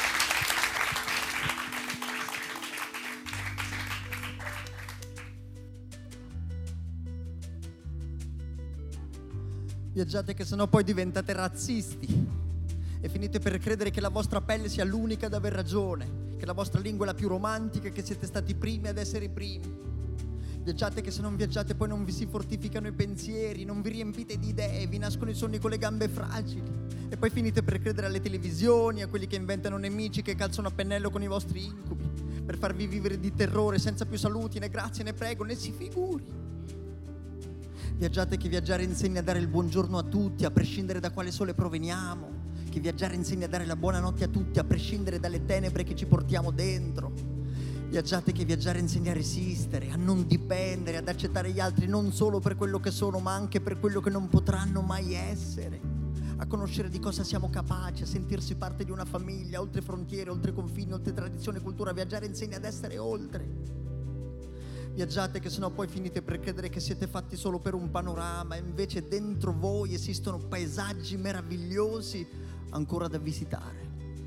Speaker 12: Viaggiate che sennò poi diventate razzisti e finite per credere che la vostra pelle sia l'unica ad aver ragione, che la vostra lingua è la più romantica e che siete stati i primi ad essere i primi. Viaggiate che se non viaggiate poi non vi si fortificano i pensieri, non vi riempite di idee, vi nascono i sogni con le gambe fragili e poi finite per credere alle televisioni, a quelli che inventano nemici che calzano a pennello con i vostri incubi per farvi vivere di terrore senza più saluti né grazie né prego né si figuri. Viaggiate che viaggiare insegna a dare il buongiorno a tutti, a prescindere da quale sole proveniamo. Che viaggiare insegna a dare la buonanotte a tutti, a prescindere dalle tenebre che ci portiamo dentro. Viaggiate che viaggiare insegna a resistere, a non dipendere, ad accettare gli altri non solo per quello che sono, ma anche per quello che non potranno mai essere. A conoscere di cosa siamo capaci, a sentirsi parte di una famiglia, oltre frontiere, oltre confini, oltre tradizione e cultura. Viaggiare insegna ad essere oltre. Viaggiate che sennò poi finite per credere che siete fatti solo per un panorama e invece dentro voi esistono paesaggi meravigliosi ancora da visitare.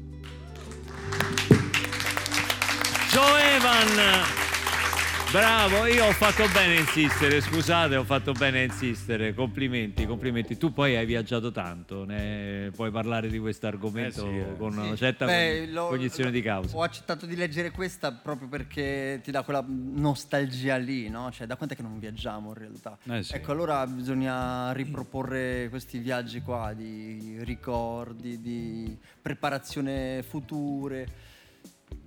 Speaker 1: Gioevan, bravo, io ho fatto bene a insistere, scusate, ho fatto bene a insistere, complimenti, complimenti. Tu poi hai viaggiato tanto, ne puoi parlare di questo argomento
Speaker 15: Eh sì, eh.
Speaker 1: con una
Speaker 11: Sì.
Speaker 1: certa
Speaker 11: Beh,
Speaker 1: cogn-
Speaker 11: lo-
Speaker 1: cognizione di causa.
Speaker 11: Ho accettato di leggere questa proprio perché ti dà quella nostalgia lì, no? Cioè, da quant'è che non viaggiamo in realtà?
Speaker 15: Eh sì.
Speaker 11: Ecco, allora bisogna riproporre questi viaggi qua di ricordi, di preparazione future. Eh,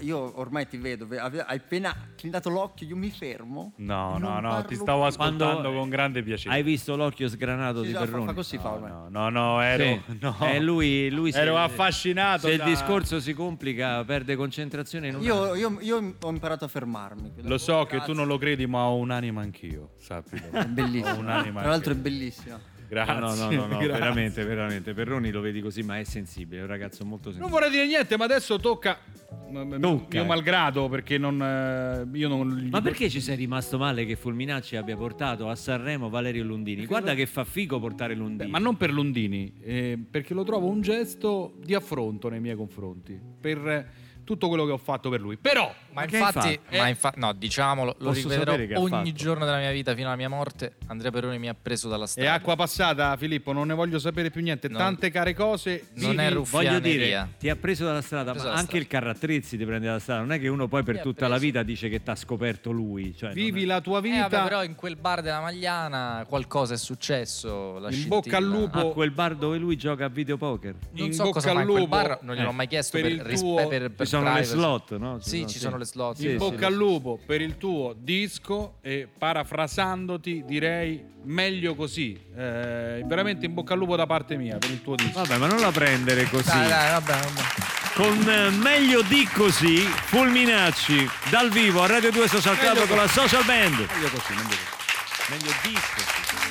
Speaker 11: io ormai ti vedo, ve- ave- hai appena clindato l'occhio, io mi fermo.
Speaker 15: No,
Speaker 11: e
Speaker 15: no,
Speaker 11: non
Speaker 15: no,
Speaker 11: parlo
Speaker 15: ti stavo ascoltando
Speaker 1: Quando
Speaker 15: con grande piacere.
Speaker 1: Hai visto l'occhio sgranato
Speaker 11: Sì,
Speaker 1: di
Speaker 11: già, fa-
Speaker 1: Perroni?
Speaker 11: fa così, fa ormai.
Speaker 15: No, no, no, ero,
Speaker 1: Sì.
Speaker 15: no.
Speaker 1: Eh, lui, lui se-
Speaker 15: ero affascinato.
Speaker 1: Se il
Speaker 15: da-
Speaker 1: discorso si complica, perde concentrazione in un
Speaker 11: Io, io- io ho imparato a fermarmi.
Speaker 15: Lo so che tu non lo credi, ma ho un'anima anch'io, sappilo.
Speaker 11: È bellissimo.
Speaker 15: Ho un'anima
Speaker 11: Tra l'altro è
Speaker 15: anche-
Speaker 11: bellissimo.
Speaker 15: Grazie.
Speaker 1: No, no, no, no,
Speaker 15: grazie.
Speaker 1: veramente, veramente. Perroni lo vedi così, ma è sensibile, è un ragazzo molto sensibile.
Speaker 15: Non vorrei dire niente, ma adesso tocca.
Speaker 1: Tocca,
Speaker 15: Io
Speaker 1: eh.
Speaker 15: malgrado, perché non. eh, Io non gli-
Speaker 1: Ma perché ci sei rimasto male che Fulminacci abbia portato a Sanremo Valerio Lundini? Guarda che fa figo portare Lundini.
Speaker 15: Ma non per Lundini, eh, perché lo trovo un gesto di affronto nei miei confronti. Per eh, tutto quello che ho fatto per lui. Però.
Speaker 9: Ma
Speaker 15: che
Speaker 9: infatti,
Speaker 15: hai fatto?
Speaker 9: ma
Speaker 15: Eh,
Speaker 9: infa- no, diciamolo, lo
Speaker 15: Posso
Speaker 9: ripeterò
Speaker 15: sapere che ha
Speaker 9: ogni
Speaker 15: fatto?
Speaker 9: giorno della mia vita fino alla mia morte. Andrea Perroni mi ha preso dalla
Speaker 15: È
Speaker 9: strada.
Speaker 15: acqua passata, Filippo, non ne voglio sapere più niente.
Speaker 9: No.
Speaker 15: Tante care cose.
Speaker 9: Non
Speaker 15: vivi-
Speaker 9: è
Speaker 1: Voglio
Speaker 9: ruffianeria.
Speaker 1: dire, ti ha preso dalla strada,
Speaker 9: Preso
Speaker 1: ma
Speaker 9: dalla
Speaker 1: anche il Carrattrezzi ti prende dalla strada. Non è che uno poi per
Speaker 9: Mi ha
Speaker 1: tutta la
Speaker 9: preso.
Speaker 1: vita dice che t'ha scoperto lui. Cioè, non
Speaker 15: Vivi
Speaker 1: è-
Speaker 15: la tua
Speaker 9: Eh,
Speaker 15: vita.
Speaker 9: vabbè, però in quel bar della Magliana qualcosa è successo. La
Speaker 15: In bocca al
Speaker 9: scintilla.
Speaker 15: lupo.
Speaker 1: A quel bar dove lui gioca a videopoker.
Speaker 9: Non
Speaker 15: in
Speaker 9: so
Speaker 15: bocca
Speaker 9: cosa
Speaker 15: al
Speaker 9: fa in quel
Speaker 15: lupo.
Speaker 9: bar, non gliel'ho
Speaker 1: Eh,
Speaker 9: mai chiesto
Speaker 15: per
Speaker 9: per,
Speaker 15: il
Speaker 9: rispe-
Speaker 15: tuo-
Speaker 9: per, per
Speaker 1: Ci sono le
Speaker 9: privacy.
Speaker 1: slot, no? Ci
Speaker 9: Sì,
Speaker 1: sono-
Speaker 9: ci
Speaker 1: sì.
Speaker 9: sono le slot.
Speaker 15: In
Speaker 1: Sì,
Speaker 15: bocca
Speaker 1: sì,
Speaker 15: al
Speaker 1: sì.
Speaker 15: lupo per il tuo disco e parafrasandoti direi meglio così. Eh, veramente in bocca al lupo da parte mia per il tuo disco.
Speaker 1: Vabbè, ma non la prendere così.
Speaker 9: Dai, dai, vabbè, vabbè.
Speaker 1: Con eh, meglio di così, Fulminacci dal vivo a Radio due Social Club
Speaker 15: Meglio
Speaker 1: con la
Speaker 15: così.
Speaker 1: Social Band.
Speaker 15: Meglio così, meglio così.
Speaker 1: Meglio di così.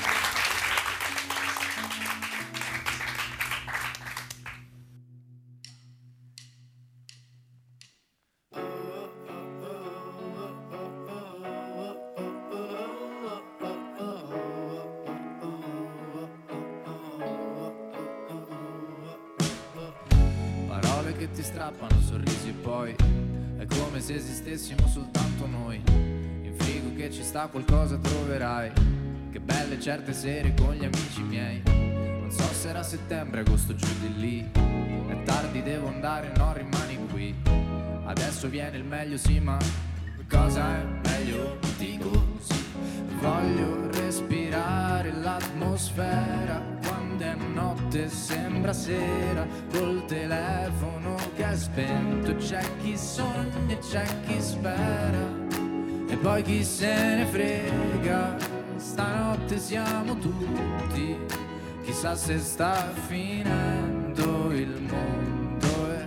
Speaker 10: Parole che ti strappano, sorrisi e poi è come se esistessimo soltanto noi. In frigo che ci sta qualcosa troverai. Che belle certe sere con gli amici miei. Non so se era settembre, agosto, giù di lì. È tardi, devo andare, no, rimani qui. Adesso viene il meglio, sì, ma cosa è meglio di così? Voglio respirare l'atmosfera quando è notte sembra sera, col telefono che è spento. C'è chi sogna e c'è chi spera e poi chi se ne frega. Stanotte siamo tutti, chissà se sta finendo il mondo e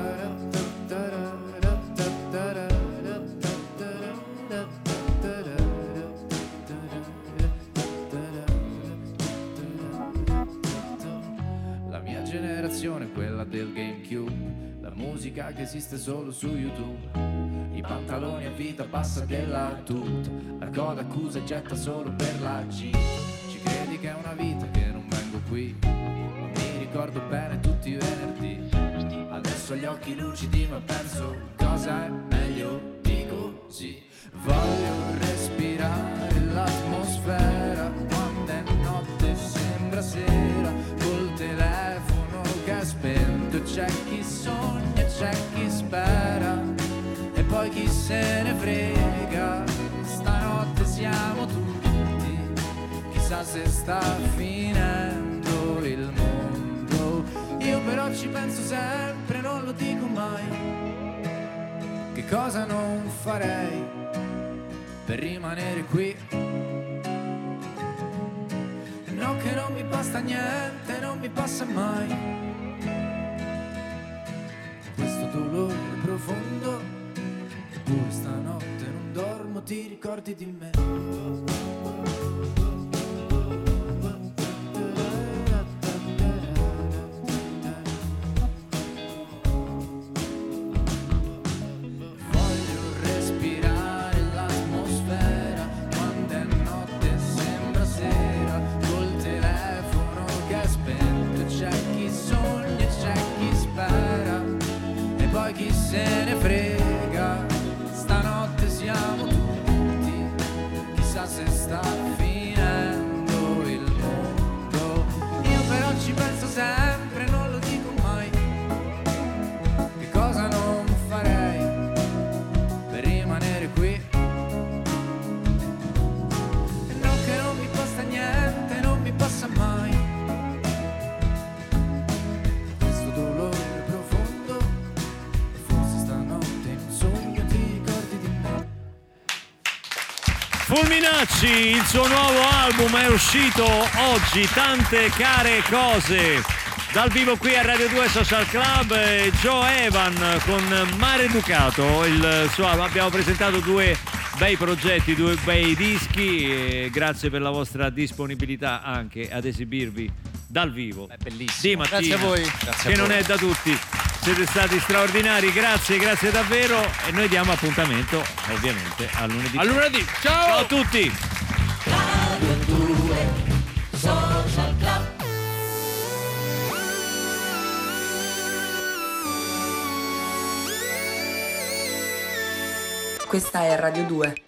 Speaker 10: la mia generazione, quella del GameCube, la musica che esiste solo su YouTube, i pantaloni a vita passa della tut, la coda accusa e getta solo per la G. Ci credi che è una vita che non vengo qui, ma mi ricordo bene tutti i venerdì. Adesso ho gli occhi lucidi ma penso cosa è meglio di così. Voglio respirare l'atmosfera quando è notte sembra sera, col telefono che è spento. C'è chi sogna, c'è chi spera e poi chi se ne frega. Stanotte siamo tutti, chissà se sta finendo il mondo. Io però ci penso sempre, non lo dico mai. Che cosa non farei per rimanere qui? No, che non mi basta niente, non mi passa mai. Questo dolore profondo, eppure stanotte non dormo, ti ricordi di me? Voglio respirare l'atmosfera quando è notte sembra sera, col telefono che è spento. C'è chi sogna e c'è chi spera e poi chi se ne frega. Stanotte siamo tutti, chissà se sta finendo
Speaker 1: Fulminacci, il suo nuovo album è uscito oggi, Tante care cose. Dal vivo qui a Radio due Social Club, eh, Joe Evan con Maleducato. Il suo, abbiamo presentato due bei progetti, due bei dischi. E grazie per la vostra disponibilità anche ad esibirvi dal vivo.
Speaker 9: È bellissimo.
Speaker 1: Di mattina,
Speaker 9: Grazie a voi. Grazie
Speaker 1: che
Speaker 9: a
Speaker 1: non
Speaker 9: voi.
Speaker 1: è da tutti. Siete stati straordinari, grazie, grazie davvero. E noi diamo appuntamento ovviamente a lunedì.
Speaker 5: A lunedì, ciao!
Speaker 1: Ciao a tutti!
Speaker 8: Radio due Social Club.
Speaker 7: Questa è Radio due.